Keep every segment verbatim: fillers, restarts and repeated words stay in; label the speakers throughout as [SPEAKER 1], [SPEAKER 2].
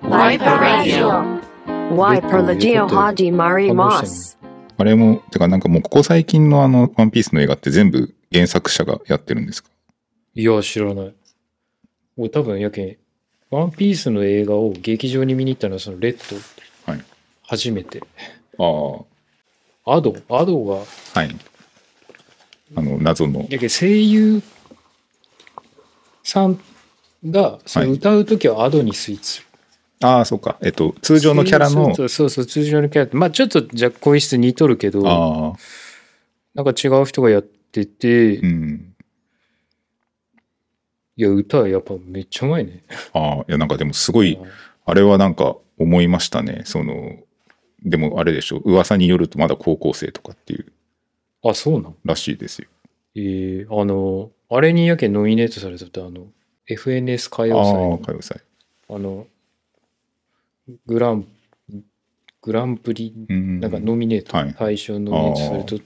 [SPEAKER 1] ワイパーラジオ。ワイパーラジオ始まります。
[SPEAKER 2] あれも、てかなんかもうここ最近のあの、ワンピースの映画って全部原作者がやってるんですか？
[SPEAKER 3] いや、知らない。俺多分やけん、ワンピースの映画を劇場に見に行ったのはそのレッド。はい。初めて。ああ。アドアドが。
[SPEAKER 2] はい。あの、謎の。
[SPEAKER 3] やけん声優さんがその歌うときはアドにスイッチする。
[SPEAKER 2] はい、ああ、そうか。えっと、通常のキャラの。
[SPEAKER 3] そうそうそう、通常のキャラって、まあちょっとじゃ声質似とるけど、あなんか違う人がやってて、うん、いや、歌はやっぱめっちゃうまいね。
[SPEAKER 2] ああ、いや、なんかでもすごい、あれはなんか思いましたね。その、でもあれでしょ、噂によるとまだ高校生とかっていう。
[SPEAKER 3] あ、そうなん
[SPEAKER 2] らしいですよ。
[SPEAKER 3] ええー、あの、あれにやけんノミネートされたと、あの、エフエヌエス 歌謡祭の。
[SPEAKER 2] ああ、歌謡祭。
[SPEAKER 3] あの、グラン、グランプリ、なんかノミネート、はい、対象ノミネートされとって、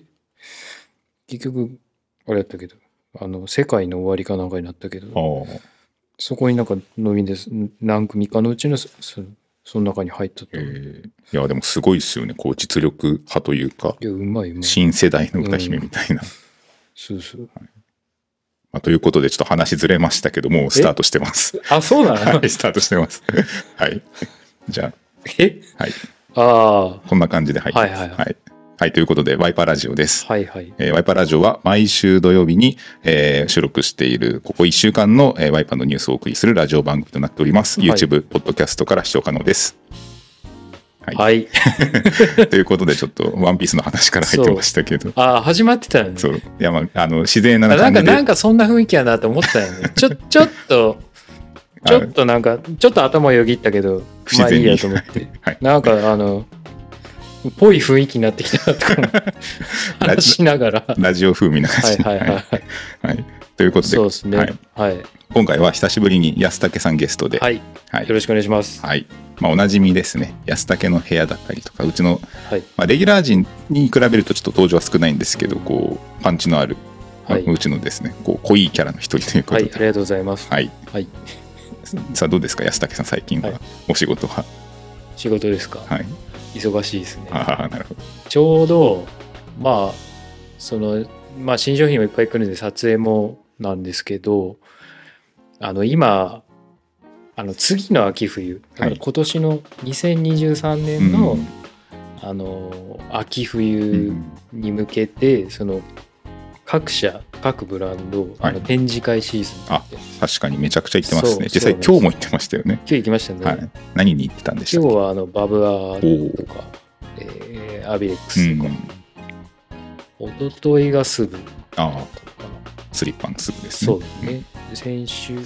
[SPEAKER 3] 結局、あれやったけど、あの、世界の終わりかなんかになったけど、そこになんかノミネート、何組かのうちのそ、その中に入ったと。え
[SPEAKER 2] ー、いや、でもすごいですよね。こう、実力派というか、
[SPEAKER 3] いや、うまいうまい。
[SPEAKER 2] 新世代の歌姫みたいな。うん、
[SPEAKER 3] そうそう。
[SPEAKER 2] はい、まあ、ということで、ちょっと話ずれましたけども、スタートしてます。
[SPEAKER 3] あ、そうなの？
[SPEAKER 2] はい、スタートしてます。はい。じゃあ。
[SPEAKER 3] え
[SPEAKER 2] はい。
[SPEAKER 3] ああ。
[SPEAKER 2] こんな感じで入ってます。はいはいはい。はいはい、ということで、ワイパーラジオです。はいはい。えー、ワイパーラジオは毎週土曜日に、えー、収録している、ここいっしゅうかんの、えー、ワイパーのニュースをお送りするラジオ番組となっております。はい、YouTube、ポッドキャストから視聴可能です。
[SPEAKER 3] はい。はい、
[SPEAKER 2] ということで、ちょっとワンピースの話から入ってましたけど。
[SPEAKER 3] ああ、始まってたよね。
[SPEAKER 2] そう。いや、まあ、あの、自然な感じで。
[SPEAKER 3] なんか、なんかそんな雰囲気やなと思ったよね。ちょ、ちょっと、ちょっとなんか、ちょっと頭よぎったけど、まあいいやと思って。はい、なんか、あの、ぽい雰囲気になってきたなとか話しながら
[SPEAKER 2] ラジオ風味な感じで、はいはいはいはい、ということで、
[SPEAKER 3] そうですね、はいはい、
[SPEAKER 2] 今回は久しぶりに安武さんゲストで、
[SPEAKER 3] はいはい、よろしくお願いします。
[SPEAKER 2] はい、まあ、おなじみですね。安武の部屋だったりとか、うちの、はい、まあ、レギュラー陣に比べるとちょっと登場は少ないんですけど、こうパンチのある、はい、うちのですね、こう濃いキャラの一人ということで、
[SPEAKER 3] はい、ありがとうございます。
[SPEAKER 2] はい、はい、さあどうですか安武さん、最近は、はい、お仕事は？
[SPEAKER 3] 仕事ですか？はい、忙しいですね。
[SPEAKER 2] あ、なるほど。
[SPEAKER 3] ちょうどまあそのまあ新商品もいっぱい来るんで撮影もなんですけど、あの今あの次の秋冬、はい、今年のにせんにじゅうさんねんの、うん、あの秋冬に向けて、うん、その各社各ブランド、はい、あの展示会シーズンって、
[SPEAKER 2] あ、確かにめちゃくちゃ行ってますね。実際今日も行ってましたよね。
[SPEAKER 3] 今日行きましたね。はい、
[SPEAKER 2] 何に行ってたんでしたっけ？
[SPEAKER 3] 今日はあのバブアーとか、えー、アビレックスとか、うん、一昨日がスブ、
[SPEAKER 2] ああ、スリッパのスブですね。
[SPEAKER 3] そうですね。で先週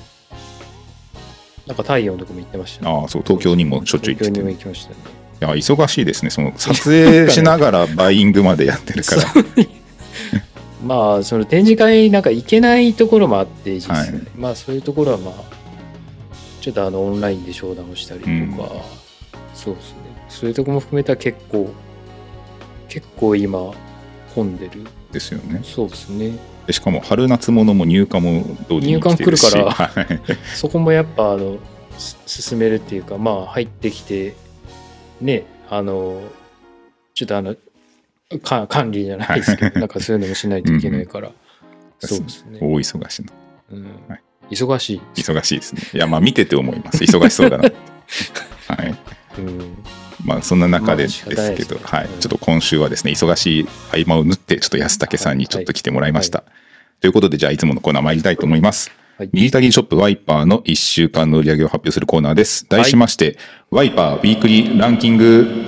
[SPEAKER 3] なんか太陽のとこも行ってましたね。
[SPEAKER 2] ああ、そう、東京にもしょっちゅう行ってて、
[SPEAKER 3] 東京にも行きましたね。
[SPEAKER 2] いや忙しいですね。その撮影しながらバイイングまでやってるから
[SPEAKER 3] まあその展示会なんか行けないところもあって実際、はい、まあそういうところはまあちょっとあのオンラインで商談をしたりとか、うん、そうですね、そういうところも含めたら結構結構今混んでる
[SPEAKER 2] ですよね。
[SPEAKER 3] そうですね。
[SPEAKER 2] でしかも春夏物も入荷も同時に来てるし、
[SPEAKER 3] 入荷来るからそこもやっぱあの進めるっていうか、まあ入ってきてね、あのちょっとあのか管理じゃないですけどなんかそういうのもしないといけないから、うん、そうですね。
[SPEAKER 2] 大忙しの、
[SPEAKER 3] うんはい、忙しい
[SPEAKER 2] 忙しいですね。いやまあ見てて思います。忙しそうだなはい、うん、まあそんな中でですけど、まあですね、はい、うん、ちょっと今週はですね忙しい合間を縫ってちょっと安武さんにちょっと来てもらいました、はいはい、ということでじゃあいつものコーナー参りたいと思います。はい、ミリタリーショップワイパーのいっしゅうかんの売り上げを発表するコーナーです。題しまして、はい、ワイパーウィークリーランキング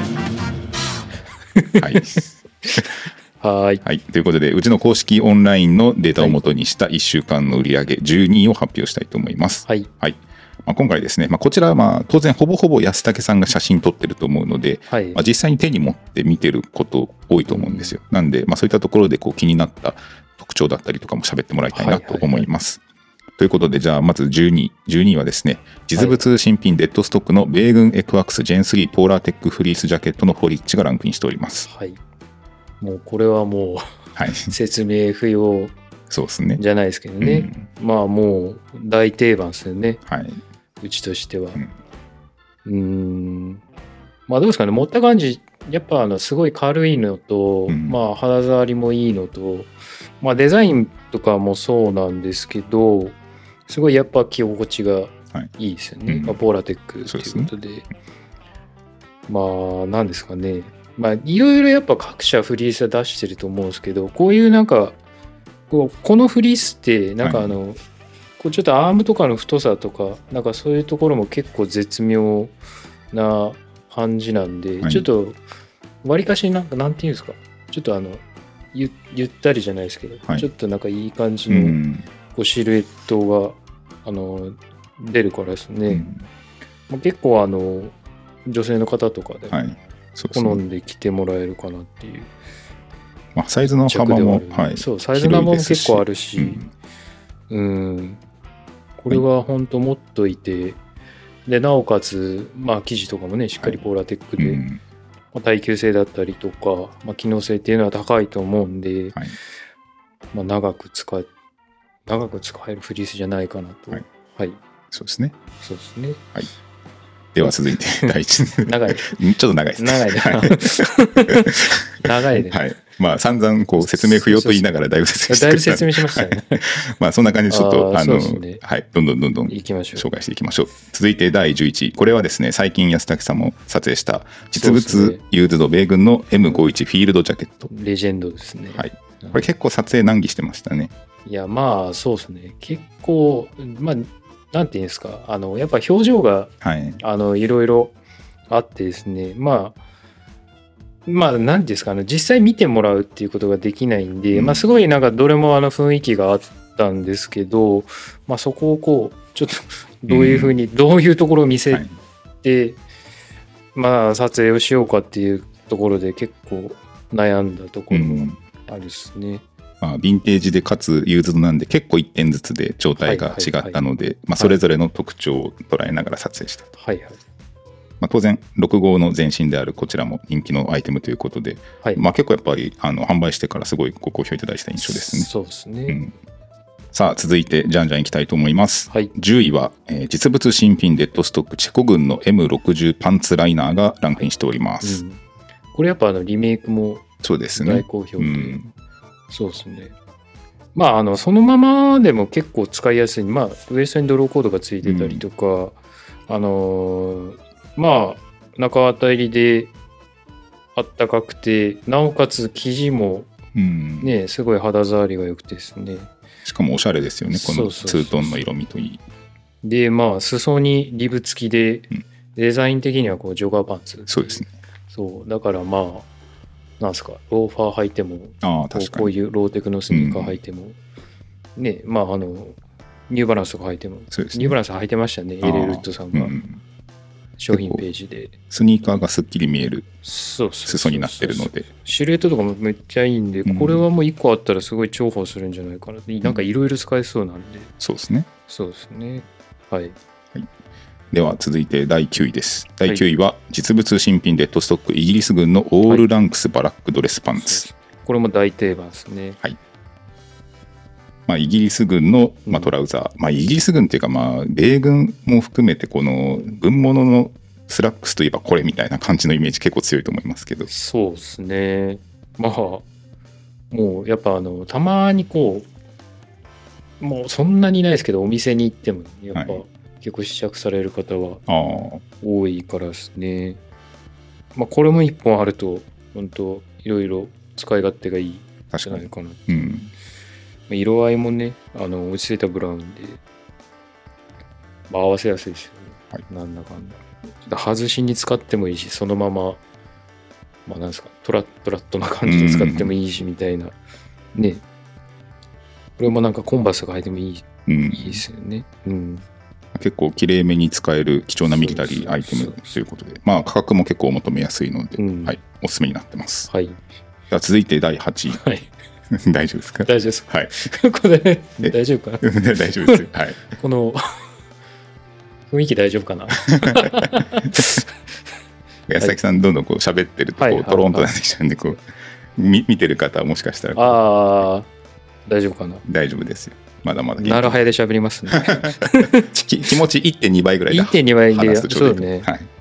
[SPEAKER 2] はい
[SPEAKER 3] はい、
[SPEAKER 2] はい、ということでうちの公式オンラインのデータを元にしたいっしゅうかんの売り上げじゅうにいを発表したいと思います。はい、はい、まあ、今回ですね、まあ、こちらはまあ当然ほぼほぼ安武さんが写真撮ってると思うので、はい、まあ、実際に手に持って見てること多いと思うんですよ。うん、なんで、まあ、そういったところでこう気になった特徴だったりとかも喋ってもらいたいなと思います。はいはいはい、ということでじゃあまずじゅうにい、じゅうにいはですね、実物新品デッドストックの米軍エクワックス ジェンスリー ポーラーテックフリースジャケットのフォリッチがランクインしております。
[SPEAKER 3] はい、もうこれはもう、はい、説明不要じゃないですけどね、うん、まあもう大定番ですよね、はい、うちとしては、うん、 うーん。まあどうですかね、持った感じ、やっぱあのすごい軽いのと、うん、まあ肌触りもいいのと、まあデザインとかもそうなんですけど、すごいやっぱ着心地がいいですよね。はい、まあ、ポーラテックということで。でね、まあなんですかね。まあいろいろやっぱ各社フリースは出してると思うんですけど、こういうなんか、こうこのフリースってなんかあの、はい、こうちょっとアームとかの太さとか、なんかそういうところも結構絶妙な感じなんで、はい、ちょっとわりかしなんかなんていうんですか、ちょっとあの ゆ, ゆったりじゃないですけど、はい、ちょっとなんかいい感じのこうシルエットがあの出るからですね、うん、まあ、結構あの女性の方とかで好んで着てもらえるかなっていう、
[SPEAKER 2] まあ、サイズの幅も、はい、
[SPEAKER 3] そうサイズの幅も結構あるし、うん、うん、これは本当持っといて、はい、でなおかつ、まあ、生地とかもねしっかりポーラテックで、はい、まあ、耐久性だったりとか、まあ、機能性っていうのは高いと思うんで、はい、まあ、長く使え長く使えるフリースじゃないかなと、はい、はい、
[SPEAKER 2] そうですね。
[SPEAKER 3] そうですね。
[SPEAKER 2] はい。では続いて第一
[SPEAKER 3] 長い。
[SPEAKER 2] ちょっと長いですね。
[SPEAKER 3] 長いね。はい、長いね。
[SPEAKER 2] はい。まあ散々こう説明不要と言いながらだいぶ説明して
[SPEAKER 3] だいぶ説明しましたね。
[SPEAKER 2] まあそんな感じでちょっとあの、
[SPEAKER 3] ね、
[SPEAKER 2] はい、どんどんどんどん紹介していきましょう。続いてだいじゅういちい、これはですね、最近安武さんも撮影した実物ユーズド米軍の エムごじゅういち フィールドジャケット。
[SPEAKER 3] レジェンドですね。
[SPEAKER 2] はい。これ結構撮影難儀してましたね。
[SPEAKER 3] いやまあそうですね。結構まあなんていうんですか、あのやっぱ表情が、はい、あのいろいろあってですね、まあまあ何ていうんですか、あの実際見てもらうっていうことができないんで、うん、まあすごいなんかどれもあの雰囲気があったんですけど、まあそこをこうちょっとどういうふうに、うん、どういうところを見せて、はい、まあ撮影をしようかっていうところで結構悩んだところもあるですね。うん、
[SPEAKER 2] まあ、ヴィンテージでかつユーズドなんで結構いってんずつで状態が違ったので、はいはいはい、まあ、それぞれの特徴を捉えながら撮影したと、
[SPEAKER 3] はいはい、
[SPEAKER 2] まあ、当然ろく号の前身であるこちらも人気のアイテムということで、はい、まあ、結構やっぱりあの販売してからすごいご好評いただいた印象ですね。
[SPEAKER 3] そうですね、うん、
[SPEAKER 2] さあ続いてじゃんじゃんいきたいと思います、
[SPEAKER 3] はい、
[SPEAKER 2] じゅういは、えー、実物新品デッドストックチェコ軍の エムろくじゅう パンツライナーがランクインしております、うん、
[SPEAKER 3] これやっぱあのリメイクも
[SPEAKER 2] そうですね、
[SPEAKER 3] 大好評で、うん、そうですね。まあ、あのそのままでも結構使いやすい、まあ、ウエストにドローコードがついてたりとか、うん、あのー、まあ中当りであったかくてなおかつ生地もね、うん、すごい肌触りが良くてですね、
[SPEAKER 2] しかもおしゃれですよね、このツートンの色味といい。
[SPEAKER 3] でまあ裾にリブ付きで、うん、デザイン的にはこうジョガーパンツ、
[SPEAKER 2] そうですね、
[SPEAKER 3] そうだからまあなんすか、ローファー履いても、
[SPEAKER 2] あ確かに
[SPEAKER 3] こういうローテクのスニーカー履いても、うん、ね、まああのニューバランスとか履いても、そうですね、ニューバランス履いてましたね、エレルットさんが、うん、商品ページで
[SPEAKER 2] スニーカーがすっきり見える裾になってるので、
[SPEAKER 3] シルエットとかもめっちゃいいんで、これはもういっこあったらすごい重宝するんじゃないかな、うん、なんかいろいろ使えそうなんで、
[SPEAKER 2] そうですね、
[SPEAKER 3] そうですね、はい、はい。
[SPEAKER 2] では続いてだいきゅういです。だいきゅういは実物新品デッドストックイギリス軍のオールランクスバラックドレスパンツ、はい、
[SPEAKER 3] これも大定番ですね。
[SPEAKER 2] はい。まあ、イギリス軍の、まあ、トラウザー、うん、まあ、イギリス軍っていうか、まあ、米軍も含めてこの軍物のスラックスといえばこれみたいな感じのイメージ結構強いと思いますけど。
[SPEAKER 3] そうですね。まあもうやっぱあのたまにこうもうそんなにないですけどお店に行ってもやっぱ、はい、結構試着される方は多いからですね。まあこれも一本あると本当いろいろ使い勝手がいいんじゃないかな。うん、色合いもね、あの落ち着いたブラウンで、まあ、合わせやすいですよね。はい、なんだかんだ。外しに使ってもいいし、そのまままあなんですか、トラットラットな感じで使ってもいいしみたいな、うん、ね。これもなんかコンバースが履いてもいい、うん、いいですよね。うん。
[SPEAKER 2] 結構きれいめに使える貴重なミリタリーアイテムということで、まあ価格も結構お求めやすいので、うん、はい、おすすめになってます。
[SPEAKER 3] はい。
[SPEAKER 2] では続いてだいはちい。
[SPEAKER 3] はい。
[SPEAKER 2] 大丈夫ですか？
[SPEAKER 3] 大丈夫です。
[SPEAKER 2] はい。
[SPEAKER 3] これ大丈夫かな？
[SPEAKER 2] 大丈夫です。はい。
[SPEAKER 3] この雰囲気大丈夫かな？
[SPEAKER 2] 安崎さんどんどんこう喋ってるとこうトロンとなってきちゃうんで、こう見見てる方はもしかしたら
[SPEAKER 3] ああ大丈夫かな？
[SPEAKER 2] 大丈夫ですよ。まだまだ。
[SPEAKER 3] なるはやで喋りますね。
[SPEAKER 2] 気持ち いってんに 倍ぐらいで
[SPEAKER 3] いってんに 倍で
[SPEAKER 2] 話すとちょうどいい。
[SPEAKER 3] そうね。
[SPEAKER 2] はい。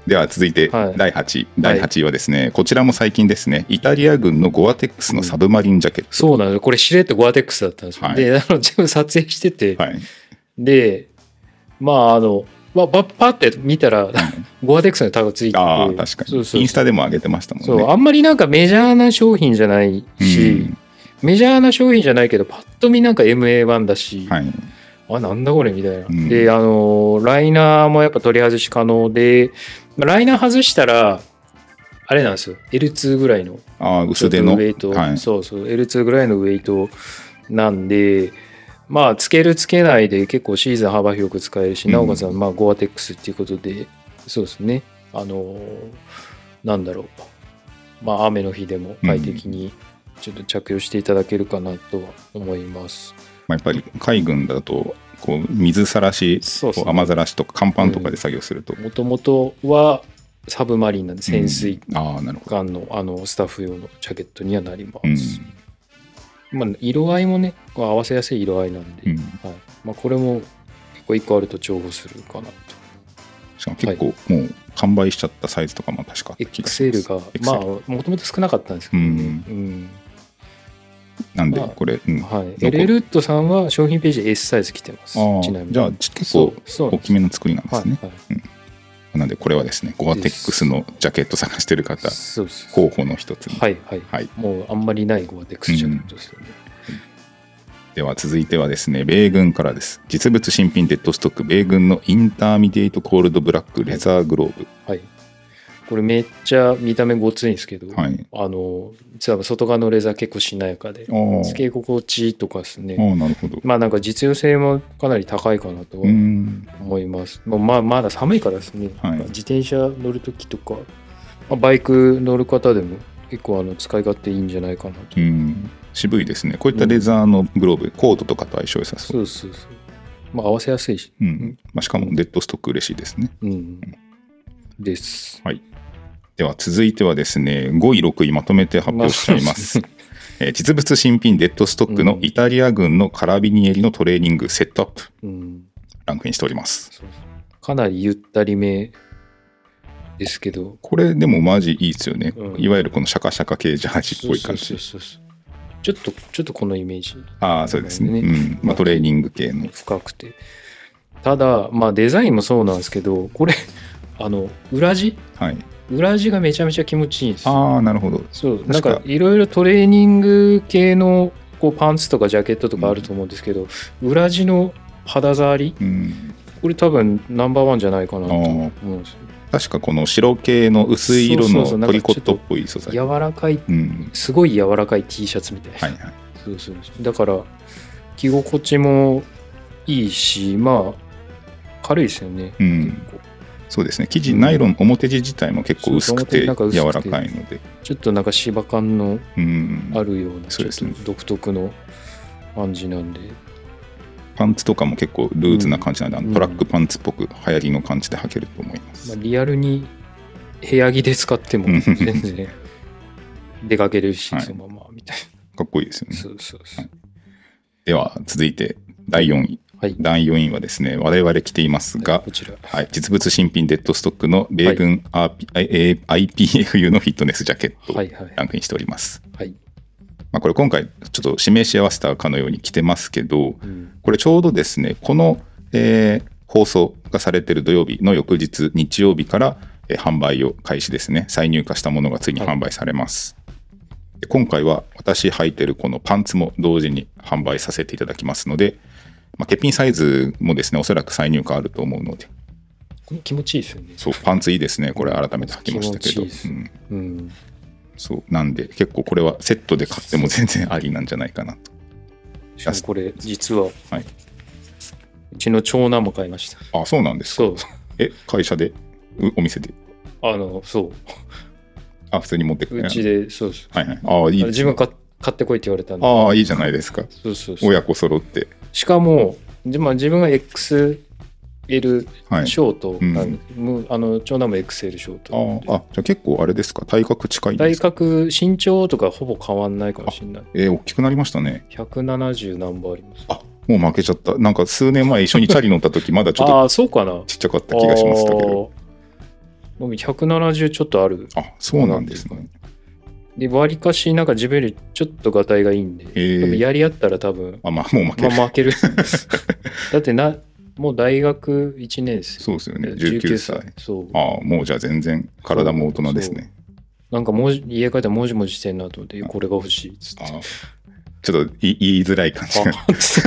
[SPEAKER 2] では続いてだいはちい、はい、だいはちいはですね、はい、こちらも最近ですね、イタリア軍のゴアテックスのサブマリンジャケット、うん、
[SPEAKER 3] そうなんです。これしれっとゴアテックスだったんですよ、はい、であの全部撮影してて、はい、でまああのパッパって見たら、うん、ゴアテックスのタグついてて、
[SPEAKER 2] あ確かにそうそう、インスタでも上げてましたもんね。
[SPEAKER 3] そうあんまりなんかメジャーな商品じゃないし、うん、メジャーな商品じゃないけどパッと見なんか エムエーワン だし、はい、あなんだこれみたいな、うん、であのライナーもやっぱ取り外し可能で、ライナー外したらあれなんですよ エルツー ぐらいの
[SPEAKER 2] あ薄手の
[SPEAKER 3] ウェイト、はい、そうそう エルツー ぐらいのウェイトなんで、まあつけるつけないで結構シーズン幅広く使えるし、うん、なおかつまあゴアテックスっていうことで、そうですね、あのなんだろう、まあ雨の日でも快適にちょっと着用していただけるかなとは思います、うん、
[SPEAKER 2] まあ、やっぱり海軍だとこう水さらし、雨ざらしとか甲板とかで作業すると、
[SPEAKER 3] もともとはサブマリンなんで潜水艦のあのスタッフ用のジャケットにはなります、うん、まあ、色合いもね合わせやすい色合いなんで、うん、はい、まあ、これも結構いっこあると重宝するかなと。
[SPEAKER 2] しかも結構もう完売しちゃったサイズとかも確か
[SPEAKER 3] エックスエル がまあもともと少なかったんですけど、ね、うんうん、
[SPEAKER 2] なんでこれ、うん、
[SPEAKER 3] はい、エルエルットさんは商品ページで S サイズ来てます。ちなみに
[SPEAKER 2] じゃあ結構大きめの作りなんですね。はいはい、うん、なんでこれはですね、ゴアテックスのジャケット探してる方候補の一つに、
[SPEAKER 3] はいはいはい、もうあんまりないゴアテックスジャケットですよね。うん、
[SPEAKER 2] では続いてはですね、米軍からです。実物新品デッドストック、米軍のインターミディエイトコールドブラックレザーグローブ。
[SPEAKER 3] はい。これめっちゃ見た目ごついんですけど、はい、あの実は外側のレザー結構しなやかでつけ心地とかですね、
[SPEAKER 2] あなるほど、
[SPEAKER 3] まあなんか実用性もかなり高いかなとは思います。まあまだ寒いからですね、はい、自転車乗るときとか、まあ、バイク乗る方でも結構あの使い勝手いいんじゃないかなと。
[SPEAKER 2] うん渋いですね。こういったレザーのグローブ、うん、コートとかと相性良さそう。
[SPEAKER 3] そうそうそう、まあ合わせやすいし、
[SPEAKER 2] うんまあ、しかもデッドストック嬉しいですね。
[SPEAKER 3] うん、うん、です。
[SPEAKER 2] はい。では続いてはですね、ごいろくいまとめて発表しちゃいます。えー、実物新品デッドストックのイタリア軍のカラビニエリのトレーニングセットアップ、うん、ランクインしております。
[SPEAKER 3] そうかなりゆったりめですけど、
[SPEAKER 2] これでもマジいいですよね、うん、いわゆるこのシャカシャカ系ジャージっぽい感じ。そうそうそうそう、
[SPEAKER 3] ちょっとちょっとこのイメージ、
[SPEAKER 2] ああそうですね、うんまあ、トレーニング系の
[SPEAKER 3] 深くて、ただまあデザインもそうなんですけど、これあの裏地、はい裏地がめちゃめちゃ気持ちいいんですよ。
[SPEAKER 2] ああなるほど。
[SPEAKER 3] そうなんかいろいろトレーニング系のこうパンツとかジャケットとかあると思うんですけど、うん、裏地の肌触り、うん、これ多分ナンバーワンじゃないかなと思うんですよ。
[SPEAKER 2] 確かこの白系の薄い色のトリコットっぽい素材、
[SPEAKER 3] 柔らかい、うん、すごい柔らかい T シャツみたいな、はいはい、そうそうだから着心地もいいし、まあ軽いですよね、うん、結構
[SPEAKER 2] そうですね、生地、うん、ナイロン表地自体も結構薄くて柔らかいので、
[SPEAKER 3] ちょっとなんか芝感のあるようなちょっと独特の感じなんで、
[SPEAKER 2] パンツとかも結構ルーズな感じなんで、うん、トラックパンツっぽく流行りの感じで履けると思います、
[SPEAKER 3] まあ、リアルに部屋着で使っても全然出かけれるし、はい、そのままみたいな
[SPEAKER 2] かっこいいですよね。
[SPEAKER 3] そうそうそう、はい、
[SPEAKER 2] では続いてだいよんい、はい、だいよんいはですね、我々着ていますが、こちら、はい、実物新品デッドストックの米軍 アールピー、アイピーエフ 用のフィットネスジャケットをランクインしております。はいはい、まあ、これ今回ちょっと指名し合わせたかのように着てますけど、うん、これちょうどですね、この、えー、放送がされている土曜日の翌日日曜日から、えー、販売を開始ですね。再入荷したものがついに販売されます。はい、で今回は私履いてるこのパンツも同時に販売させていただきますので、まあ、欠品サイズもですね、おそらく再入荷あると思うので。
[SPEAKER 3] これ気持ちいいですよね。
[SPEAKER 2] そう、パンツいいですね。これ改めて履きましたけど。うんうん、そうなんで結構これはセットで買っても全然ありなんじゃないかなと。
[SPEAKER 3] しかもこれ実は、はい、うちの長男も買いました。
[SPEAKER 2] あ、そうなんですか。そうえ会社でお店で
[SPEAKER 3] あのそう
[SPEAKER 2] あ普通に持ってくる
[SPEAKER 3] うちでそうです。
[SPEAKER 2] はいはい。ああいいです、ね、
[SPEAKER 3] 自分買ってこいって言われたんで。
[SPEAKER 2] ああいいじゃないですか。
[SPEAKER 3] そうそうそう、
[SPEAKER 2] 親子揃って。
[SPEAKER 3] しかもで、まあ、自分が エックスエル ショートなんで、はいうん、あの長男も エックスエル ショート
[SPEAKER 2] ああじゃあ結構あれですか、体格近いんですか。
[SPEAKER 3] 体格身長とかほぼ変わんないかもしれない。
[SPEAKER 2] えー、大きくなりましたね。
[SPEAKER 3] ひゃくななじゅう何本あります。
[SPEAKER 2] あもう負けちゃった。なんか数年前一緒にチャリ乗った時まだちょっとちっちゃかった気がしましたけど
[SPEAKER 3] ひゃくななじゅうちょっとある。
[SPEAKER 2] あ、そうなんですね。
[SPEAKER 3] で、わりかしなんか自分よりちょっとがたいがいいんで、
[SPEAKER 2] えー、
[SPEAKER 3] やり合ったら多分、
[SPEAKER 2] あ、まあ、もう負ける。
[SPEAKER 3] まあ、負ける。だってな、もう大学いちねん生。
[SPEAKER 2] そうですよね。じゅうきゅうさい。
[SPEAKER 3] そう。
[SPEAKER 2] ああ、もうじゃあ全然体も大人ですね。
[SPEAKER 3] なんか文字家帰ったらもじもじしてんなと思って、これが欲しいっつって。
[SPEAKER 2] あちょっと言いづらい感じが。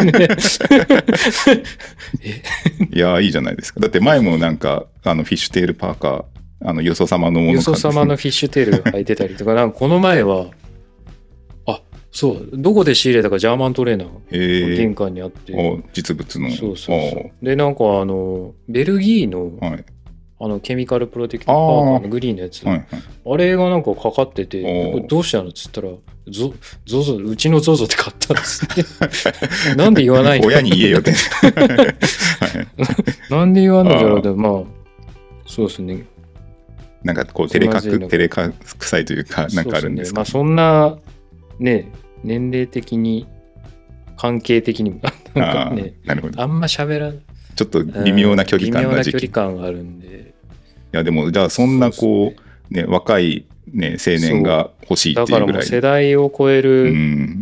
[SPEAKER 2] いや、いいじゃないですか。だって前もなんか、あのフィッシュテールパーカー、あのよそ様のもの
[SPEAKER 3] よそ様のフィッシュテールが履いてたりとか、なんかこの前は、あ、そう、どこで仕入れたかジャーマントレーナーが玄関にあって。
[SPEAKER 2] 実物の。
[SPEAKER 3] そうそうそう。で、なんかあの、ベルギーの、はい、あのケミカルプロテクトパーカーのグリーンのやつ、あ,、はいはい、あれがなんかかかってて、これどうしたのっつったら、ゾゾゾうちのゾゾって買ったんですね。なんで言わないの
[SPEAKER 2] 親に言えよって。
[SPEAKER 3] なんで言わないんだろうって、まあ、そうですね。
[SPEAKER 2] なんかこう、照れかく、照れか臭いというか、なんかあるんですか。
[SPEAKER 3] そうですね。まあそんな、ね、年齢的に、関係的にも、なんかね、
[SPEAKER 2] あ, なるほど
[SPEAKER 3] あんま喋らない。
[SPEAKER 2] ちょっと微妙な距離感が
[SPEAKER 3] 時期、微妙な距離感があるんで。
[SPEAKER 2] いやでもじゃあそんなこうね若いね青年が欲しいっていうぐらい。だからもう
[SPEAKER 3] 世代を超える、うん、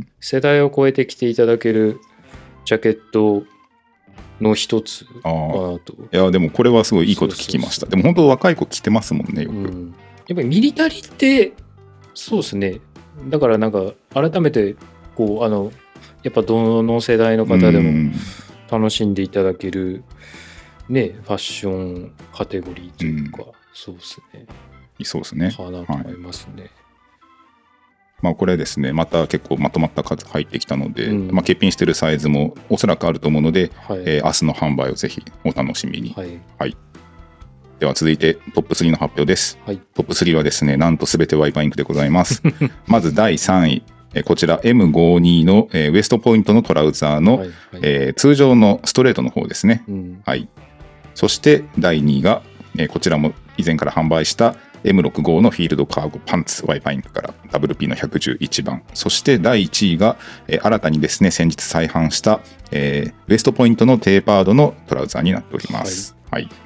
[SPEAKER 3] 世代を超えて着ていただけるジャケットの一つかなと。
[SPEAKER 2] いやでもこれはすごいいいこと聞きました。そうそうそう。でも本当若い子着てますもんねよく。うん、
[SPEAKER 3] やっぱりミリタリーってそうですね。だからなんか改めてこうあのやっぱどの世代の方でも楽しんでいただける。ね、ファッションカテゴリーというか、うん、そうですね。
[SPEAKER 2] そうですね。
[SPEAKER 3] かなと思いますね。はい、
[SPEAKER 2] まあこれですね、また結構まとまった数入ってきたので、うん、まあ欠品してるサイズもおそらくあると思うので、はい、えー、明日の販売をぜひお楽しみに。はい。はい、では続いてトップスリーの発表です。はい、トップスリーはですね、なんとすべてワイパーインクでございます。まずだいさんい。こちら エムごじゅうに の、えー、ウエストポイントのトラウザーの、はいはい、えー、通常のストレートの方ですね。うん、はい。そしてだいにいが、えー、こちらも以前から販売した エムろくじゅうご のフィールドカーゴパンツワイパーインクから ダブリューピー のひゃくじゅういちばん。そしてだいいちいが、えー、新たにですね先日再販した、えー、ウエストポイントのテーパードのトラウザーになっております。はい。はい、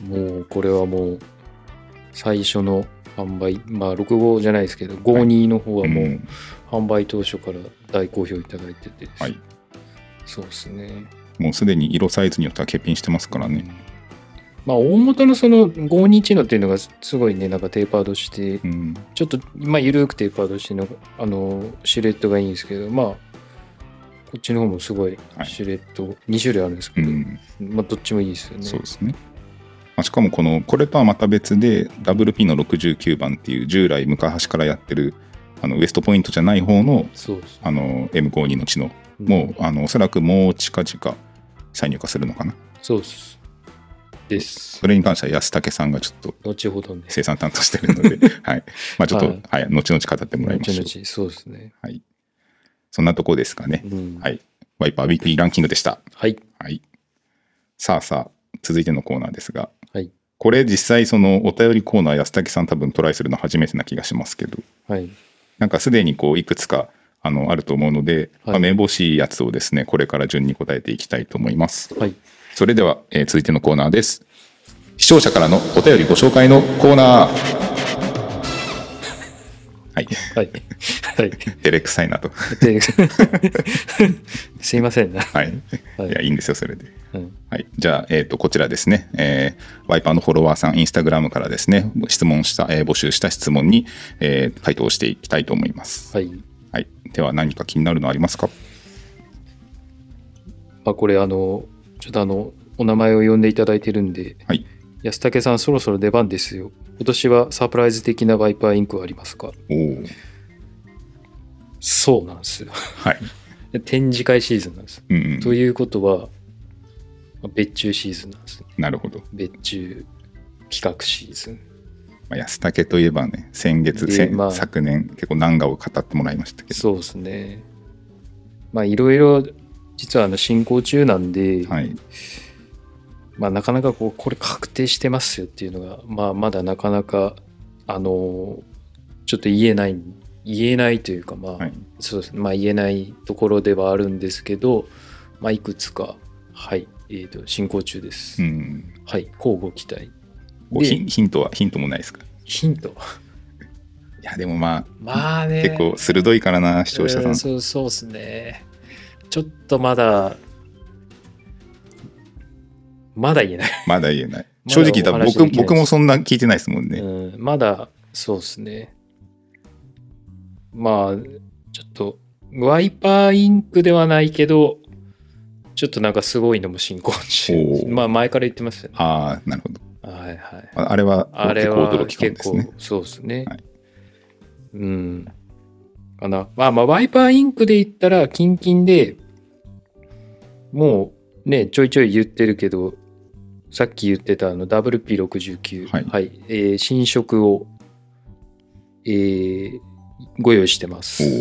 [SPEAKER 3] もうこれはもう最初の販売、まあろくじゅうごじゃないですけどごじゅうにの方はもう販売当初から大好評いただいてて、はい、そうですね。
[SPEAKER 2] もうすでに色サイズによっては欠品してますからね。
[SPEAKER 3] まあ大元のそのごじゅうにいちのっていうのがすごいねなんかテーパードして、うん、ちょっとまあ緩くテーパードしてのあのシルエットがいいんですけど、まあこっちの方もすごいシルエット、はい、に種類あるんですけど、うん、まあどっちもいいですよね。
[SPEAKER 2] そうですね。しかもこのこれとはまた別で ダブリューピー のろくじゅうきゅうばんっていう従来昔からやってるあのウエストポイントじゃない方のあの エムごじゅうに の知能も、うん、あのおそらくもう近々再入荷するのかな。
[SPEAKER 3] そうですです。
[SPEAKER 2] それに関しては安武さんがちょっと
[SPEAKER 3] 後ほどね
[SPEAKER 2] 生産担当してるので、はい、まあちょっと、はいはい、後々語ってもらいましょう。
[SPEAKER 3] 後々そうですね。
[SPEAKER 2] はい。そんなとこですかね。うん、はい。ワイパーウィークリーランキングでした。
[SPEAKER 3] はい。
[SPEAKER 2] はい。さあさあ続いてのコーナーですが、
[SPEAKER 3] はい。
[SPEAKER 2] これ実際そのお便りコーナー安武さん多分トライするの初めてな気がしますけど、
[SPEAKER 3] はい。
[SPEAKER 2] なんかすでにこういくつかあのあると思うので、はい、まあ、めぼしいやつをですねこれから順に答えていきたいと思います。
[SPEAKER 3] はい。
[SPEAKER 2] それでは、えー、続いてのコーナーです。視聴者からのお便りご紹介のコーナー。はい
[SPEAKER 3] はいはい。
[SPEAKER 2] 照れくさいなと。
[SPEAKER 3] すいませんね。
[SPEAKER 2] はい。はい、いやいいんですよそれで。うん、はい。じゃあえっ、ー、とこちらですね、えー。ワイパーのフォロワーさんインスタグラムからですね質問した、えー、募集した質問に、えー、回答していきたいと思います。
[SPEAKER 3] はい。
[SPEAKER 2] はい。では何か気になるのありますか。
[SPEAKER 3] あこれあのちょっとあのお名前を呼んでいただいてるんで。
[SPEAKER 2] はい。
[SPEAKER 3] 安武さんそろそろ出番ですよ。今年はサプライズ的なワイパーインクはありますか。
[SPEAKER 2] おお。
[SPEAKER 3] そうなんですよ。
[SPEAKER 2] はい。
[SPEAKER 3] 展示会シーズンなんです。
[SPEAKER 2] うんうん、
[SPEAKER 3] ということは別注シーズンなんです、ね。
[SPEAKER 2] なるほど。
[SPEAKER 3] 別注企画シーズン。
[SPEAKER 2] まあ、安武といえばね先月、まあ、昨年結構難を語ってもらいましたけど。
[SPEAKER 3] そうですね。まあいろいろ実はあの進行中なんで。
[SPEAKER 2] はい。
[SPEAKER 3] まあ、なかなかこうこれ確定してますよっていうのが、まあ、まだなかなかあのちょっと言えない言えないというか、まあ、はい、そうですね、まあ、言えないところではあるんですけど、まあ、いくつかはい、えーと進行中です。
[SPEAKER 2] うん、
[SPEAKER 3] はい、交互期待
[SPEAKER 2] ヒ, ヒントはヒントもないですか？
[SPEAKER 3] ヒントい
[SPEAKER 2] やでもまあ、
[SPEAKER 3] まあね、
[SPEAKER 2] 結構鋭いからな視聴者さん。
[SPEAKER 3] そうそうですね。ちょっとまだまだ言えない
[SPEAKER 2] まだ言えない。正直多分僕僕もそんな聞いてないですもんね。
[SPEAKER 3] うん、まだそうですね。まあちょっとワイパーインクではないけど、ちょっとなんかすごいのも進行中。まあ前から言ってましたね。
[SPEAKER 2] ああ、なるほど。
[SPEAKER 3] はいはい。
[SPEAKER 2] あれは結構驚きかもですね。
[SPEAKER 3] 結構そうですね。はい、うん。かな。まあまあワイパーインクで言ったらキンキンで、もうねちょいちょい言ってるけど、さっき言ってたあの ダブリューピーろくじゅうきゅう、はい、はい、えー、新色を、えー、ご用意してます。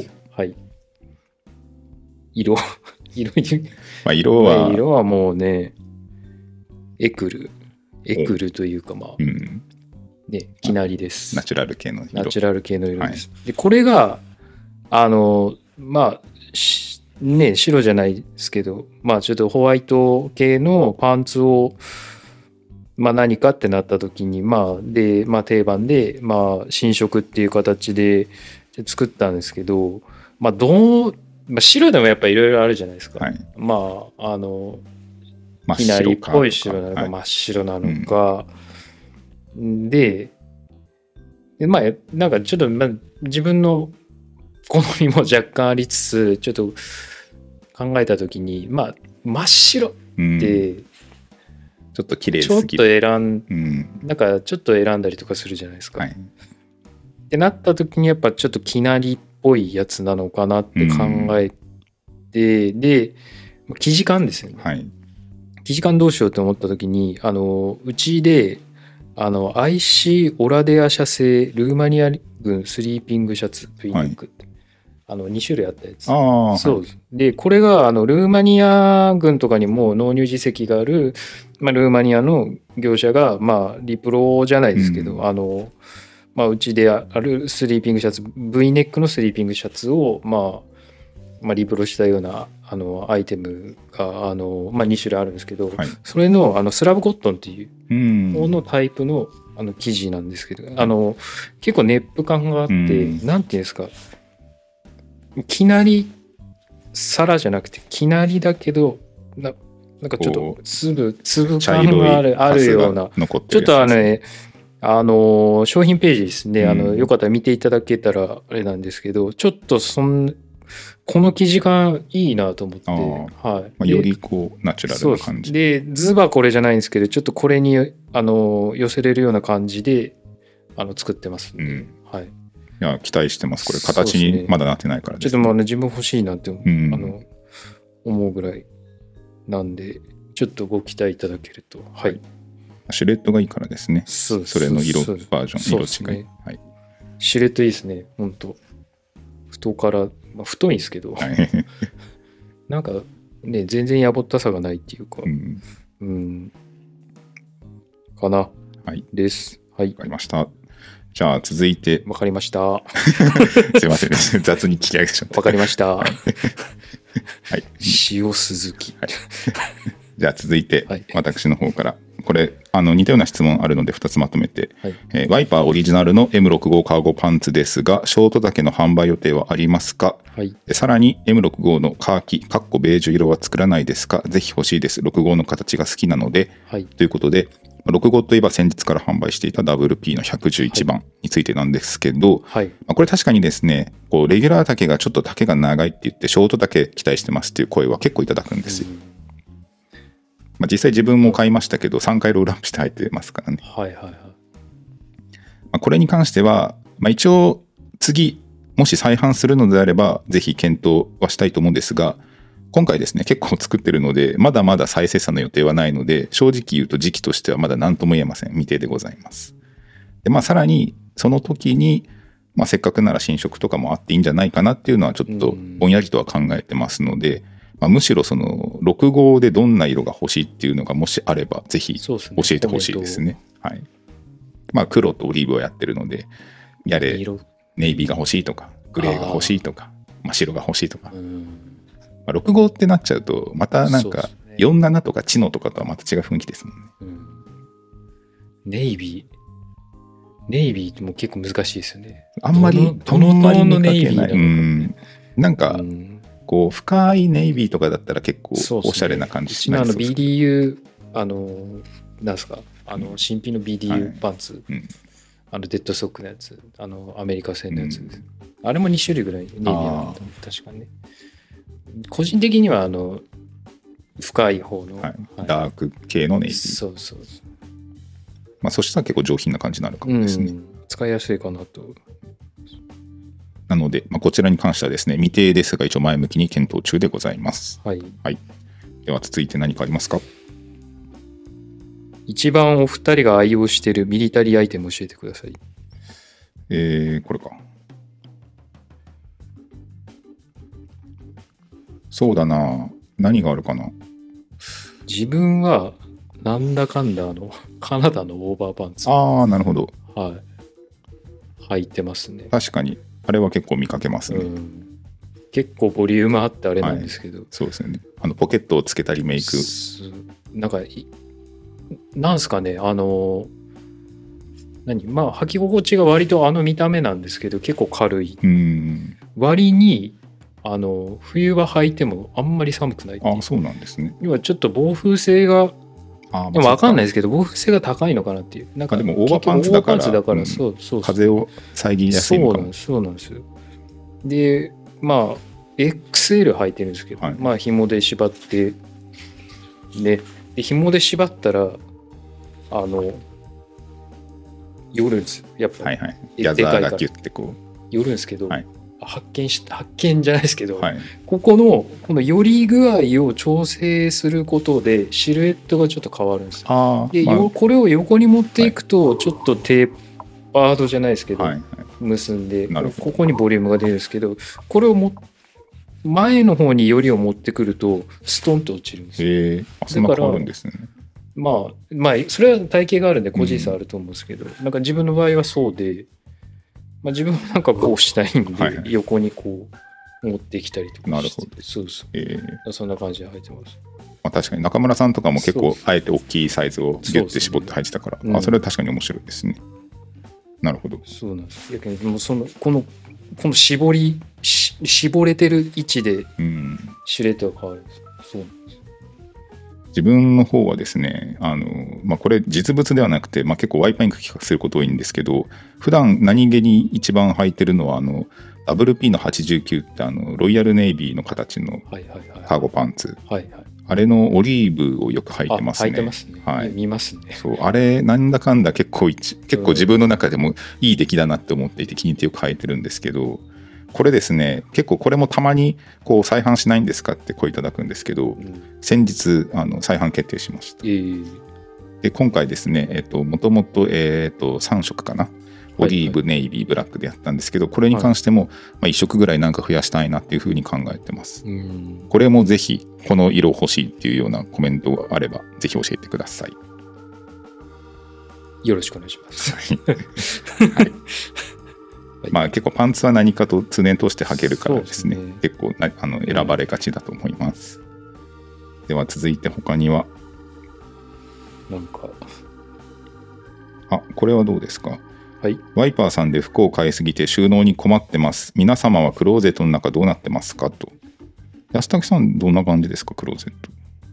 [SPEAKER 3] はい。色色
[SPEAKER 2] まあ色は
[SPEAKER 3] 色はもうねエクルエクルというかまあ、うん、ねきなりです。
[SPEAKER 2] ナチュラル系の
[SPEAKER 3] 色。ナチュラル系の色です。はい、でこれがあのまあね白じゃないですけど、まあちょっとホワイト系のパンツをまあ何かってなった時にまあでまあ定番でまあ新色っていう形で作ったんですけど、まあどうまあ、白でもやっぱいろいろあるじゃないですか。はい、まああのきなりっぽい白なのか真っ白なのか、うん、で, でまあなんかちょっと、まあ、自分の好みも若干ありつつちょっと考えた時にまあ真っ白って、うん、
[SPEAKER 2] ちょっと綺麗
[SPEAKER 3] すぎる。ちょっと選ん、うん、なんかちょっと選んだりとかするじゃないですか。はい、ってなった時にやっぱちょっときなりっぽいやつなのかなって考えて、うん、で生地感ですよね。はい、生地感どうしようと思った時にあのうちであの アイシー オラデア社製ルーマニア軍スリーピングシャツ V ネックって、はい、あのに種類あったやつ。あそう、はい、でこれがあのルーマニア軍とかにも納入実績がある、まあ、ルーマニアの業者がまあリプロじゃないですけど、うん、あのまあ、うちであるスリーピングシャツ V ネックのスリーピングシャツを、まあ、まあリプロしたようなあのアイテムがあの、まあ、に種類あるんですけど、はい、それ の, あのスラブコットンっていう方のタイプ の, あの生地なんですけど、あの結構ネップ感があって、なんていうんですか、きなり皿じゃなくてきなりだけど な, なんかちょっと粒粒感があ る, あるようなちょっとあのねあの商品ページですね、うん、あのよかったら見ていただけたらあれなんですけど、ちょっとそんこの生地感いいなと思って、はい、
[SPEAKER 2] まあ、よりこうナチュラルな感じ
[SPEAKER 3] で、図はこれじゃないんですけど、ちょっとこれにあの寄せれるような感じであの作ってます、うん、はい、い
[SPEAKER 2] や期待してます。これ形にまだなってないから
[SPEAKER 3] です、ね、ちょっとまあ、ね、自分欲しいなって思 う,、うん、あの思うぐらいなんで、ちょっとご期待いただけると、はい、
[SPEAKER 2] シルエットがいいからですね。そ, それの色バージョン、色違い、ね、はい、
[SPEAKER 3] シルエットいいですね。本当太から、まあ、太いんですけど、はい、なんかね全然やぼったさがないっていうか、うん、うん、かな、
[SPEAKER 2] はい、
[SPEAKER 3] です。はい、
[SPEAKER 2] わかりました。じゃあ続いて、
[SPEAKER 3] わかりました。
[SPEAKER 2] すいませんね、雑に聞き上げちゃった。
[SPEAKER 3] わかりました。はい、塩鈴木。はい、
[SPEAKER 2] じゃあ続いて、はい、私の方からこれあの似たような質問あるのでふたつまとめて、はい、えー、ワイパーオリジナルの エムろくじゅうご カーゴパンツですがショート丈の販売予定はありますか？はい、さらに エムろくじゅうご のカーキかっこベージュ色は作らないですか？ぜひ欲しいです。ろくじゅうごの形が好きなので、はい、ということでろくじゅうごといえば先日から販売していた ダブリューピー のひゃくじゅういちばんについてなんですけど、はい、まあ、これ確かにですねこうレギュラー丈がちょっと丈が長いって言ってショート丈期待してますっていう声は結構いただくんですよ。うん、まあ、実際自分も買いましたけどさんかいロールアップして入ってますからね。はいはいはい。まあ、これに関しては、まあ、一応次もし再販するのであればぜひ検討はしたいと思うんですが、今回ですね結構作ってるのでまだまだ再生産の予定はないので正直言うと時期としてはまだ何とも言えません。未定でございます。で、まあ、さらにその時に、まあ、せっかくなら新色とかもあっていいんじゃないかなっていうのはちょっとぼんやりとは考えてますので、まあ、むしろそのろくじゅうごでどんな色が欲しいっていうのがもしあればぜひ教えてほしいですね。はい。まあ黒とオリーブをやってるのでやれネイビーが欲しいとかグレーが欲しいとかまあ、白が欲しいとか、うん、まあ、ろくじゅうごってなっちゃうとまたなんかよんじゅうななとかチノとかとはまた違う雰囲気ですもんね。うん、
[SPEAKER 3] ネイビー。ネイビーも結構難しいですよね。
[SPEAKER 2] あんまり、
[SPEAKER 3] どのトーンのネイビーなのか、
[SPEAKER 2] うん、なんか、
[SPEAKER 3] うん、
[SPEAKER 2] こう、深いネイビーとかだったら結構おしゃれな感じしないですか。
[SPEAKER 3] うちのあの ビーディーユー、あの、なんですか、あの、新品の ビーディーユー パンツ、はいうん、あの、デッドストックのやつ、あの、アメリカ製のやつです。うん、あれもに種類ぐらいネイビーあった確かにね。個人的には、あの、深い方の、
[SPEAKER 2] はいはい、ダーク系のネイビー。
[SPEAKER 3] そうそうそう。
[SPEAKER 2] まあ、そしたら結構上品な感じになるかもですね。うん、
[SPEAKER 3] 使いやすいかなと。
[SPEAKER 2] なので、まあ、こちらに関してはですね、未定ですが一応前向きに検討中でございます。
[SPEAKER 3] はい。
[SPEAKER 2] はい、では続いて何かありますか？
[SPEAKER 3] 一番お二人が愛用しているミリタリーアイテムを教えてください。
[SPEAKER 2] えー、これか。そうだな。何があるかな。
[SPEAKER 3] 自分はなんだかんだあのカナダのオーバーパンツ。
[SPEAKER 2] ああ、なるほど。
[SPEAKER 3] はい。履いてますね。
[SPEAKER 2] 確かに。あれは結構見かけますね。うん、
[SPEAKER 3] 結構ボリュームあってあれなんですけど。はい、
[SPEAKER 2] そうですよね。あのポケットをつけたりメイク。
[SPEAKER 3] なんか、なんすかね、あの、何まあ履き心地が割とあの見た目なんですけど、結構軽い。
[SPEAKER 2] うん、
[SPEAKER 3] 割に、あの冬は履いてもあんまり寒くないっていう。
[SPEAKER 2] あ、そうなんですね。
[SPEAKER 3] 要はちょっと防風性があでも分かんないですけど防風性が高いのかなっていう。なんか
[SPEAKER 2] でもオーバーパンツだから、
[SPEAKER 3] だからそうそうそう
[SPEAKER 2] 風を遮りやすいのかも。
[SPEAKER 3] そうなんですそうなんですでまあ エックスエル 履いてるんですけど、はい、まあ紐で縛ってねで紐で縛ったらあの寄るんですやっぱり、
[SPEAKER 2] はいはい、ギャザーがギュッてこう
[SPEAKER 3] 寄るんですけど、
[SPEAKER 2] はい、
[SPEAKER 3] 発見し発見じゃないですけど、
[SPEAKER 2] はい、
[SPEAKER 3] ここのこの寄り具合を調整することでシルエットがちょっと変わるんですよ。
[SPEAKER 2] あ
[SPEAKER 3] で、
[SPEAKER 2] まあ、
[SPEAKER 3] これを横に持っていくとちょっとテーパードじゃないですけど、
[SPEAKER 2] はいはい、
[SPEAKER 3] 結んでここにボリュームが出るんですけどこれをも前の方に寄りを持ってくるとストンと落ちるんですよ。
[SPEAKER 2] へえ、そんな変わるんですね。
[SPEAKER 3] まあまあそれは体型があるんで個人差あると思うんですけど、うん、なんか自分の場合はそうで。まあ、自分はなんかこうしたいんで、はいはい、横にこう持ってきたりとかして。
[SPEAKER 2] なるほど。
[SPEAKER 3] そうそう。
[SPEAKER 2] えー、
[SPEAKER 3] そんな感じで履いてます。
[SPEAKER 2] まあ、確かに中村さんとかも結構あえて大きいサイズをギュッて絞って履いてたから、そ、ね、あ、それは確かに面白いですね。うん、なるほど。
[SPEAKER 3] そうなんです。やけどもうそのこのこの絞りし絞れてる位置でシルエットが変わるんです。そうなんです。
[SPEAKER 2] 自分の方はですね、あの、まあ、これ実物ではなくて、まあ、結構ワイパーインク企画すること多いんですけど、普段何気に一番履いてるのはあの ダブリューピー のはちじゅうきゅうってあのロイヤルネイビーの形のカーゴパンツ、
[SPEAKER 3] はいはいはい、
[SPEAKER 2] あれのオリーブをよく履いてますね。
[SPEAKER 3] 履いてますね。はい、見ますね。
[SPEAKER 2] そう、あれなんだかんだ結構結構自分の中でもいい出来だなって思っていて気に入ってよく履いてるんですけど、これですね、結構これもたまにこう再販しないんですかって声いただくんですけど、うん、先日あの再販決定しました。
[SPEAKER 3] えー、
[SPEAKER 2] で今回ですね、えっともともとえっとさん色かな、オリーブ、ネイビー、ブラックでやったんですけど、これに関しても、はい、まあ、いっ色ぐらいなんか増やしたいなっていうふうに考えてます。うん、これもぜひこの色欲しいっていうようなコメントがあればぜひ教えてください。
[SPEAKER 3] よろしくお願いします。
[SPEAKER 2] はい。まあ、結構パンツは何かと通年通して履けるからですね、ね結構なあの選ばれがちだと思います。うん、では続いて他には
[SPEAKER 3] なんか
[SPEAKER 2] あこれはどうですか。
[SPEAKER 3] はい、
[SPEAKER 2] ワイパーさんで服を買いすぎて収納に困ってます。皆様はクローゼットの中どうなってますかと。安武さんどんな感じですかクローゼット。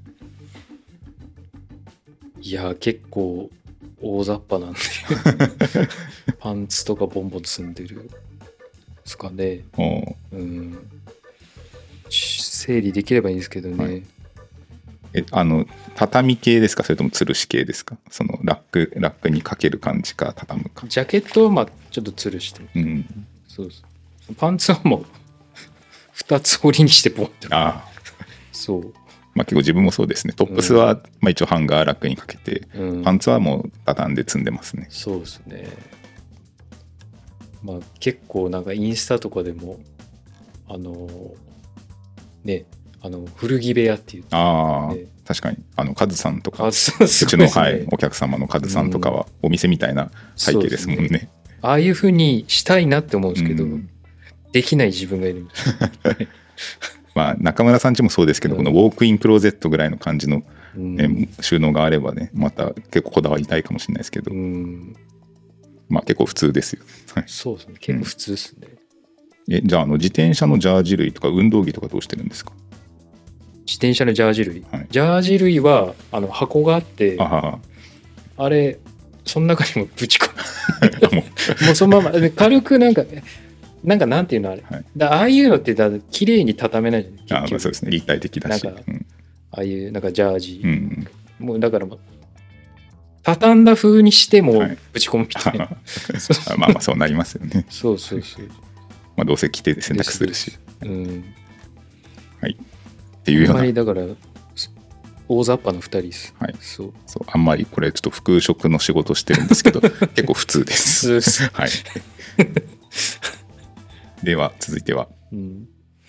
[SPEAKER 3] いや結構大雑把なんでパンツとかボンボン積んでるですかね。うん、整理できればいいんですけどね。はい、
[SPEAKER 2] えあの畳系ですかそれとも吊るし系ですか。そのラックラックにかける感じか畳むか。
[SPEAKER 3] ジャケットはまあちょっと吊るして、
[SPEAKER 2] うん、
[SPEAKER 3] そうそう。パンツはもうふたつ折りにしてボンって。
[SPEAKER 2] ああ
[SPEAKER 3] そう。
[SPEAKER 2] まあ、結構自分もそうですね。トップスはまあ一応ハンガーラックにかけて、うん、パンツはもう畳んで積んでますね。
[SPEAKER 3] そうですね。まあ結構なんかインスタとかでもあのねあの古着部屋っていう、ね、
[SPEAKER 2] ああ確かにあのカズさんとかう
[SPEAKER 3] ち
[SPEAKER 2] の、はい、お客様のカズさんとかはお店みたいな背景ですもんね。うん、ね
[SPEAKER 3] ああいう風にしたいなって思うんですけど、うん、できない自分がいるんです。
[SPEAKER 2] まあ、中村さんちもそうですけど、うん、このウォークインクローゼットぐらいの感じの、ね、うん、収納があればね、また結構こだわりたいかもしれないですけど、うん、まあ結構普通ですよ。
[SPEAKER 3] そうですね、結構普通ですね。
[SPEAKER 2] うん、えじゃあ、あの自転車のジャージ類とか運動着とかどうしてるんですか？
[SPEAKER 3] 自転車のジャージ類、はい、ジャージ類はあの箱があって、あ, あれその中にもぶち込むもうもうそのまま軽くなんかなんかなんていうのあれ、はい、だああいうのってだ綺麗に畳めないじゃないですか。
[SPEAKER 2] あ、まあそうですね、立体的だし、
[SPEAKER 3] なんか、うん、ああいうなんかジャージ、うん、もうだからもう畳んだ風にしてもぶち込むみたいな、はい、
[SPEAKER 2] まあまあそうなりますよね。
[SPEAKER 3] そうそうそう、
[SPEAKER 2] まあどうせ着て選択するし、うん、はいっていうような、あん
[SPEAKER 3] まりだから大雑把なふたりです、
[SPEAKER 2] はい、そうそう、あんまりこれちょっと服飾の仕事してるんですけど結構普通です
[SPEAKER 3] 普通です、
[SPEAKER 2] はい、では続いては、うん、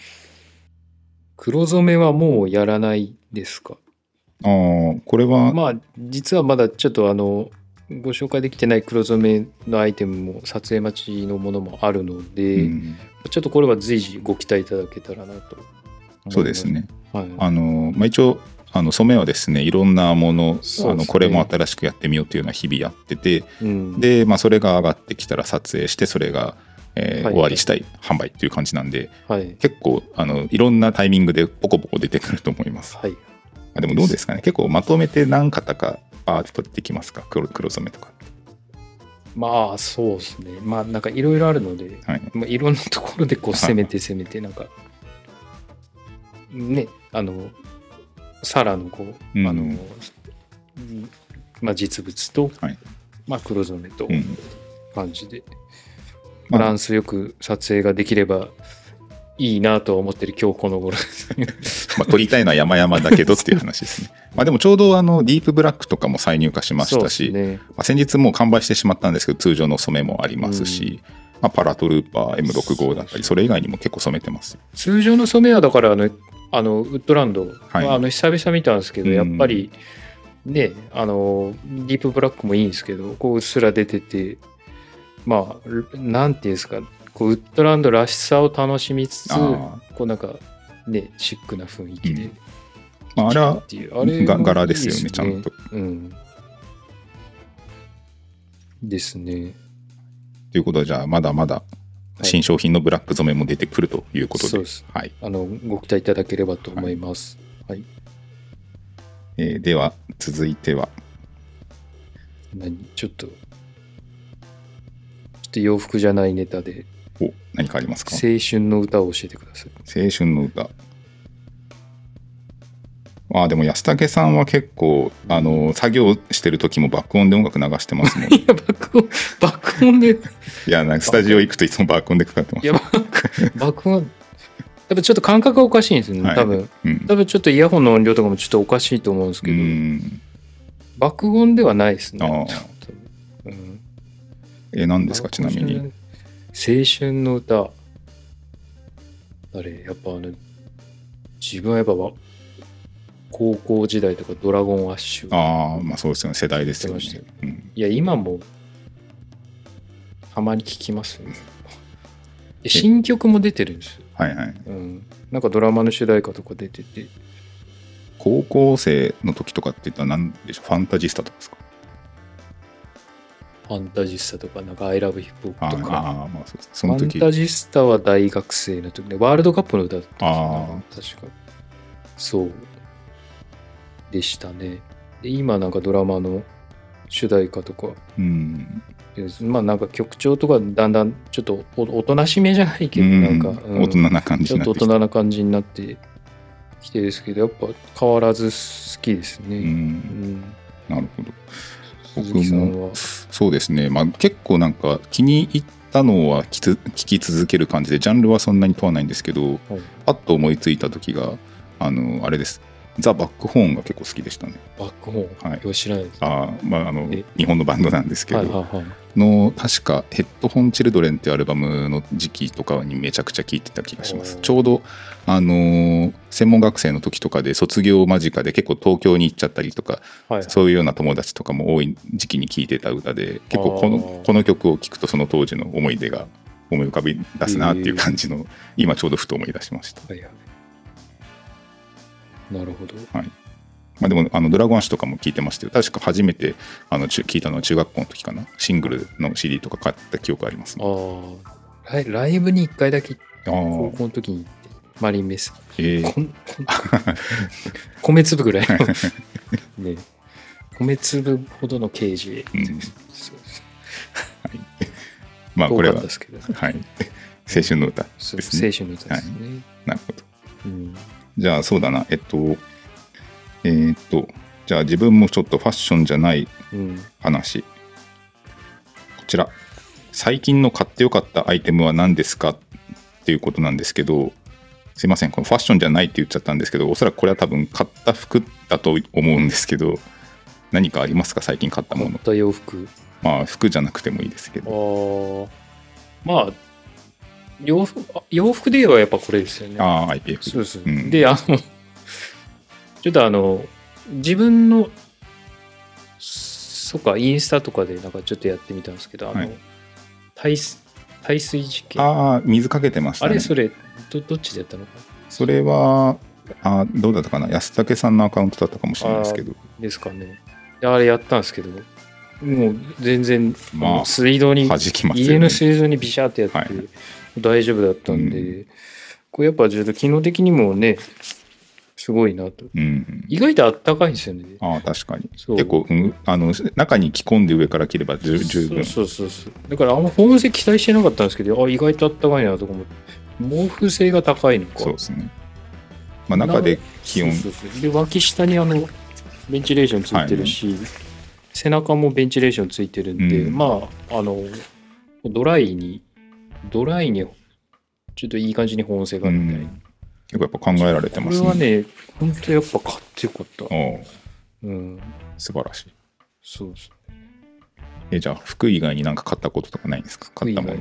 [SPEAKER 3] 黒染めはもうやらないですか？
[SPEAKER 2] ああ、これは
[SPEAKER 3] まあ実はまだちょっとあのご紹介できてない黒染めのアイテムも撮影待ちのものもあるので、うん、ちょっとこれは随時ご期待いただけたらなと。
[SPEAKER 2] そうですね、はい、あのまあ、一応あの染めはですね、いろんなもの、ね、あのこれも新しくやってみようというのは日々やってて、うん、で、まあ、それが上がってきたら撮影してそれが、えーはい、終わりしたい販売っていう感じなんで、はい、結構あのいろんなタイミングでポコポコ出てくると思います、はい、あでもどうですかね、結構まとめて何型かバーって取ってきますか、 黒, 黒染めとか。
[SPEAKER 3] まあそうですね、まあなんかいろいろあるので、はい、まあ、いろんなところでこう攻めて攻めてなんかね、あのサラのこう、うん、あのまあ、実物と、はい、まあ、黒染めと感じで、うん、バランスよく撮影ができればいいなとは思ってる今日この頃
[SPEAKER 2] まあ撮りたいのは山々だけどっていう話ですねまあでもちょうどあのディープブラックとかも再入荷しましたし、ね、まあ、先日もう完売してしまったんですけど通常の染めもありますし、うん、まあ、パラトルーパー エムろくじゅうご だったりそれ以外にも結構染めてます。
[SPEAKER 3] 通常の染めはだからあのあのウッドランド、はい、あの久々見たんですけど、やっぱりね、あのディープブラックもいいんですけど、こううっすら出てて、まあなんていうんですか、こうウッドランドらしさを楽しみつつ、こうなんかねシックな雰囲気で、うん、
[SPEAKER 2] まあ、あれはあれが柄ですよね、ちゃんと、うん、
[SPEAKER 3] ですね。
[SPEAKER 2] ということはじゃあまだまだ新商品のブラック染めも出てくるということで、
[SPEAKER 3] そうです、はい、あのご期待いただければと思います、はいはい。
[SPEAKER 2] えー、では続いては
[SPEAKER 3] 何ちょっとちょっと洋服じゃないネタで、
[SPEAKER 2] お何かありますか？
[SPEAKER 3] 青春の歌を教えてください。
[SPEAKER 2] 青春の歌、あでも安武さんは結構あの作業してる時も爆音で音楽流してますもん
[SPEAKER 3] いや爆音爆音でい
[SPEAKER 2] やなんかスタジオ行くといつも爆音でかかってます。
[SPEAKER 3] いや爆音やっぱちょっと感覚がおかしいんですよね、多分、はい、うん、多分ちょっとイヤホンの音量とかもちょっとおかしいと思うんですけど、うん、爆音ではないですね。あ、うん、
[SPEAKER 2] え何ですかちなみに。
[SPEAKER 3] 青春の歌、あれやっぱあの自分はやっぱ高校時代とかドラゴンアッシュ、
[SPEAKER 2] ああまあそうですよね、世代ですよね、
[SPEAKER 3] うん、いや今もたまに聞きますよね。新曲も出てるんですよ、
[SPEAKER 2] はいはい、
[SPEAKER 3] うん、なんかドラマの主題歌とか出てて。
[SPEAKER 2] 高校生の時とかって言ったら何でしょう、ファンタジスタとかですか？
[SPEAKER 3] ファンタジスタとかなんか I love hip hop とか、
[SPEAKER 2] ああまあそうです、その時
[SPEAKER 3] ファンタジスタは大学生の時でワールドカップの歌だったんですよ、確かそうでしたね。で今なんかドラマの主題歌とか、うん、まあなんか曲調とかだんだんちょっと お, おとなしめじゃないけど、うん、なんか、うん、
[SPEAKER 2] 大人な感じになってきて、
[SPEAKER 3] ちょっと大人な感じになってきてですけど、やっぱ変わらず好きですね。うん、うん、
[SPEAKER 2] なるほど。僕もそうですね、まあ、結構なんか気に入ったのは聞き続ける感じで、ジャンルはそんなに問わないんですけど、はい、パッと思いついた時があのあれです、ザ・バックホーンが結構好きでしたね。
[SPEAKER 3] バックホーン、はい、知らないです。
[SPEAKER 2] あ、まあ、あの日本のバンドなんですけど、はいはいはい、の確かヘッドホンチルドレンっていうアルバムの時期とかにめちゃくちゃ聴いてた気がします。ちょうどあのー、専門学生の時とかで卒業間近で結構東京に行っちゃったりとか、はい、そういうような友達とかも多い時期に聴いてた歌で、結構このこの曲を聴くとその当時の思い出が思い浮かび出すなっていう感じの、今ちょうどふと思い出しました。はいはい、
[SPEAKER 3] なるほど。
[SPEAKER 2] はい。まあ、でもあのドラゴンアッシュとかも聞いてましたよ。確か初めてあの聞いたのは中学校の時かな。シングルの シーディー とか買った記憶あります、ね、
[SPEAKER 3] ああライ、ライブにいっかいだけ高校の時に行ってマリンメッセ、えー、こんこん米粒ぐらいのね、米粒ほどの刑事、うん、そうそう
[SPEAKER 2] はい、まあこれは、はい、青春の歌ですね。
[SPEAKER 3] 青春の歌ですね、はい、
[SPEAKER 2] なるほど、うん、じゃあそうだなえっとえー、っとじゃあ自分もちょっとファッションじゃない話、うん、こちら最近の買ってよかったアイテムは何ですかっていうことなんですけど、すいませんこのファッションじゃないって言っちゃったんですけど、おそらくこれは多分買った服だと思うんですけど、何かありますか最近買ったもの。
[SPEAKER 3] 買った洋服、
[SPEAKER 2] まあ服じゃなくてもいいですけど。
[SPEAKER 3] あまあ洋服洋服で言えばやっぱこれですよね。
[SPEAKER 2] ああ アイピーエフ
[SPEAKER 3] そうそう、うん、であのちょっとあの自分のそっかインスタとかでなんかちょっとやってみたんですけど、あの、はい、耐耐水実験、
[SPEAKER 2] ああ水かけてましたね。
[SPEAKER 3] あれそれ ど, どっちでやったのか。
[SPEAKER 2] それはあどうだったかな、安武さんのアカウントだったかもしれないですけど。
[SPEAKER 3] ですかね。あれやったんですけど、もう全然、まあ、水道に、ね、家の水道にビシャーってやって、はい、大丈夫だったんで、うん、これやっぱちょっと機能的にもねすごいなと、うん、意外とあったかいんですよね。
[SPEAKER 2] ああ確かに結構、うん、あの中に着込んで上から着れば十分。
[SPEAKER 3] そうそうそうそう、だからあんま保温性期待してなかったんですけど、あ意外とあったかいなとか思って、毛布性が高いのか。
[SPEAKER 2] そうですね、まあ、中で気温
[SPEAKER 3] そうそうそうで脇下にあのベンチレーションついてるし、はい、背中もベンチレーションついてるんで、うん、まああのドライにドライにちょっといい感じに保温性があるみたいな、うん、
[SPEAKER 2] 結構やっぱ考えられてますね。
[SPEAKER 3] これはね本当やっぱ買ってよかった。
[SPEAKER 2] うん、素晴らしい。
[SPEAKER 3] そうですね。
[SPEAKER 2] えじゃあ服以外に何か買ったこととかないんですか。買ったもの。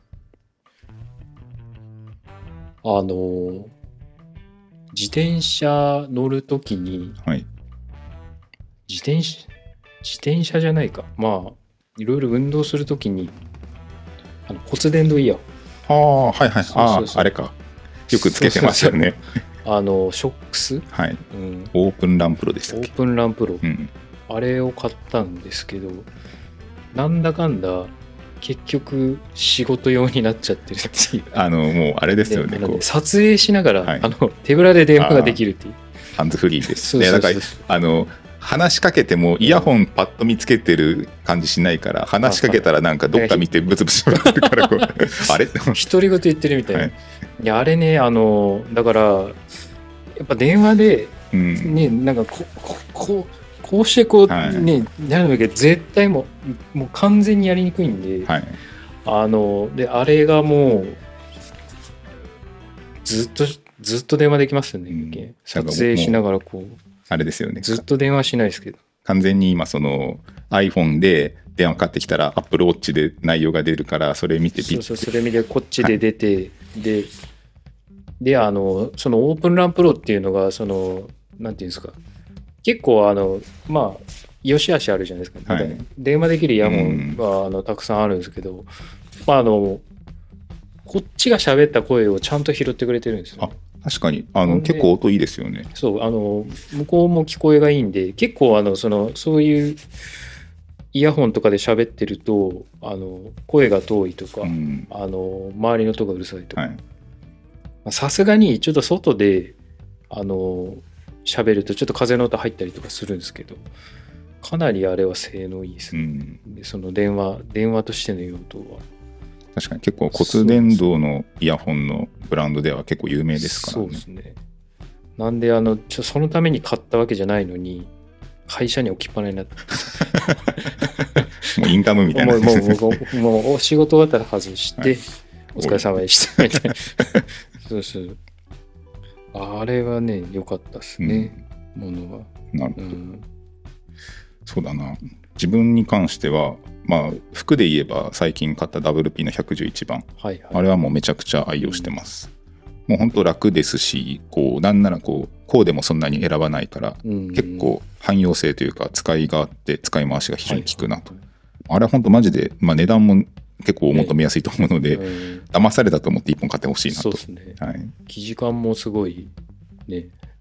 [SPEAKER 3] あの自転車乗るときに、はい、自転車自転車じゃないか、まあいろいろ運動するときにあの骨伝導イヤ
[SPEAKER 2] ホン、ああはいはい、あああれか、よくつけてますよね。
[SPEAKER 3] あのショックス、
[SPEAKER 2] はい、うん、オープンランプロでしたっけ。
[SPEAKER 3] オープンランプロ、うん、あれを買ったんですけど、なんだかんだ結局仕事用になっちゃってるっていう。
[SPEAKER 2] あのもうあれですよね、こう
[SPEAKER 3] 撮影しながら、はい、あの手ぶらで電話ができるっていう。
[SPEAKER 2] ハンズフリーです。そうそうそうそう。だからあの話しかけてもイヤホンパッと見つけてる感じしないから、話しかけたらなんかどっか見てブツブツ喋ってるからこうあれ独
[SPEAKER 3] り言言ってるみたいな、はい、いやあれね、あのだからやっぱ電話で、うん、ねなんかこここうこうしてこうね、はい、なるんだけど絶対もうもう完全にやりにくいんで、はい、あのであれがもうずっとずっと電話できますよね、うん、撮影しながらこう
[SPEAKER 2] あれですよね、
[SPEAKER 3] ずっと電話しないですけど、
[SPEAKER 2] 完全に今その iPhone で電話かかってきたら Apple Watch で内容が出るから、それ見て
[SPEAKER 3] ピッ、そうそう、それ見てこっちで出て、はい、でであのそのオープンランプロっていうのがそのなんていうんですか、結構あのまあ良し悪しあるじゃないですか、はい、電話できるイヤホンがあのたくさんあるんですけど、うん、まああのこっちが喋った声をちゃんと拾ってくれてるんですよ、ね。
[SPEAKER 2] あ、確かにあの結構音いいですよね。
[SPEAKER 3] そうあの向こうも聞こえがいいんで、結構あのそのそういうイヤホンとかで喋ってるとあの声が遠いとか、うん、あの周りの音がうるさいとか、さすがにちょっと外であの喋るとちょっと風の音入ったりとかするんですけど、かなりあれは性能いいですね、うん、でその電話電話としての用途は
[SPEAKER 2] 確かに結構骨伝導のイヤホンのブランドでは結構有名ですからね。
[SPEAKER 3] そうですね。なんであのちょそのために買ったわけじゃないのに会社に置きっぱなになって
[SPEAKER 2] もうインカムみたいな
[SPEAKER 3] もうもうもうもう仕事終わったら外して、はい、お疲れ様でしたみたいなそうそうあれはね良かったですね、うん、ものは。
[SPEAKER 2] なるほど、うん、そうだな。自分に関してはまあ服で言えば最近買った ダブリューピー のひゃくじゅういちばん、はいはい、あれはもうめちゃくちゃ愛用してます、うん、もう本当楽ですし、こうなんならこうコーデもそんなに選ばないから、うん、結構汎用性というか使いがあって使い回しが非常に効くなと、はいはい、あれは本当マジで、まあ、値段も結構求めやすいと思うので、ね、騙されたと思っていっぽん買ってほしいなと。
[SPEAKER 3] そうですね、はい、生地感もすごいね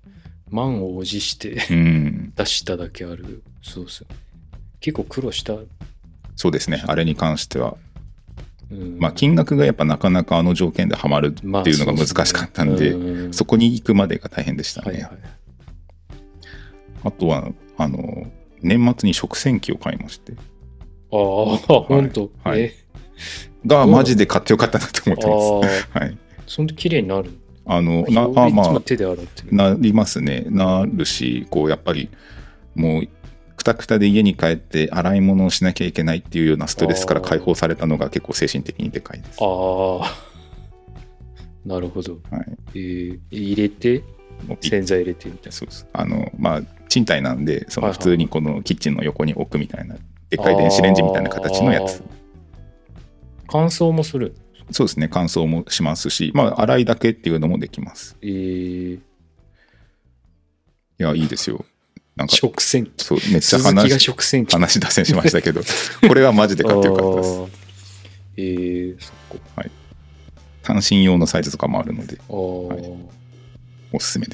[SPEAKER 3] 満を持して
[SPEAKER 2] うん
[SPEAKER 3] 出しただけある。そうですよ。結構苦労した。
[SPEAKER 2] そうですね。あれに関しては。
[SPEAKER 3] うん、
[SPEAKER 2] まあ金額がやっぱなかなかあの条件ではまるっていうのが難しかったんで、まあ そ, で、ねうん、そこに行くまでが大変でしたね。はいはい、あとは、あの、年末に食洗機を買いまして。
[SPEAKER 3] ああ、はい、本当、
[SPEAKER 2] はい、えがマジで買ってよかったなと思ってます。はい。
[SPEAKER 3] そんな綺麗になる。
[SPEAKER 2] あの、な、あまあ、
[SPEAKER 3] 手で洗ってる。
[SPEAKER 2] なりますね。なるし、こう、やっぱり、もう、くたくたで家に帰って洗い物をしなきゃいけないっていうようなストレスから解放されたのが結構精神的にでかいです。
[SPEAKER 3] ああ、なるほど。はい。えー、入れて、洗剤入れてみたいな。
[SPEAKER 2] そうです。あの、まあ、賃貸なんで、その普通にこのキッチンの横に置くみたいな、でっかい電子レンジみたいな形のやつ。
[SPEAKER 3] 乾燥もする？
[SPEAKER 2] そうですね、乾燥もしますし、まあ、洗いだけっていうのもできます。
[SPEAKER 3] えー、い
[SPEAKER 2] や、いいですよ。なんか
[SPEAKER 3] 食洗機。
[SPEAKER 2] そう、めっちゃ話、話脱線しましたけど、これはマジで買ってよかったです。
[SPEAKER 3] えー、そっか。
[SPEAKER 2] はい。単身用のサイズとかもあるので、はい、おすすめです。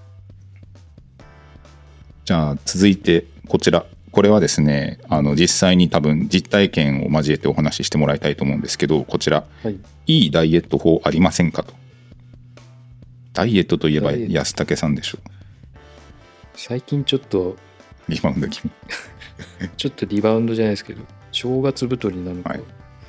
[SPEAKER 2] じゃあ、続いて、こちら。これはですね、あの実際に多分実体験を交えてお話ししてもらいたいと思うんですけど、こちら、はい、いいダイエット法ありませんかと。ダイエットといえば安武さんでしょう。
[SPEAKER 3] 最近ちょっと
[SPEAKER 2] リバウンド気味
[SPEAKER 3] ちょっとリバウンドじゃないですけど、正月太りなのか、はい、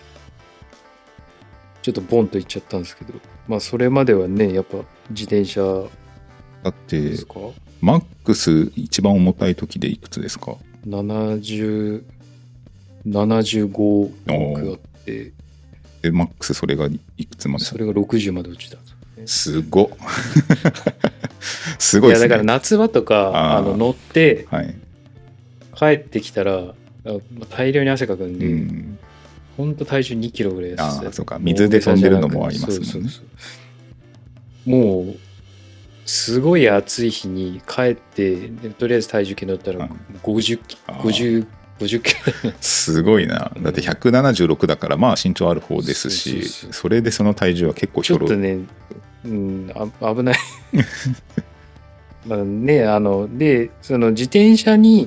[SPEAKER 3] ちょっとボンといっちゃったんですけど、まあそれまではね、やっぱ自転車
[SPEAKER 2] だってマックス一番重たい時でいくつですか？
[SPEAKER 3] ななじゅう、ななじゅうごあって、
[SPEAKER 2] でマックスそれがいくつまで？
[SPEAKER 3] それがろくじゅうまで落ちたん
[SPEAKER 2] ですよね。すごっすごいですね。
[SPEAKER 3] いやだから夏場とかあの乗って、はい、帰ってきたら大量に汗かくんで、うん、ほんと体重にキロぐらい痩せて、
[SPEAKER 2] あそうか、水で飛んでるのもありますもんね。そうそうそう、
[SPEAKER 3] もうすごい暑い日に帰ってとりあえず体重計乗ったらごじゅっキロ、ごじゅう、ごじゅっキロ
[SPEAKER 2] すごいな。だってひゃくななじゅうろくだから、まあ身長ある方ですし、そうそうそう、それでその体重は結構
[SPEAKER 3] ちょっとね、うん、あ危ないまあね、あのでその自転車に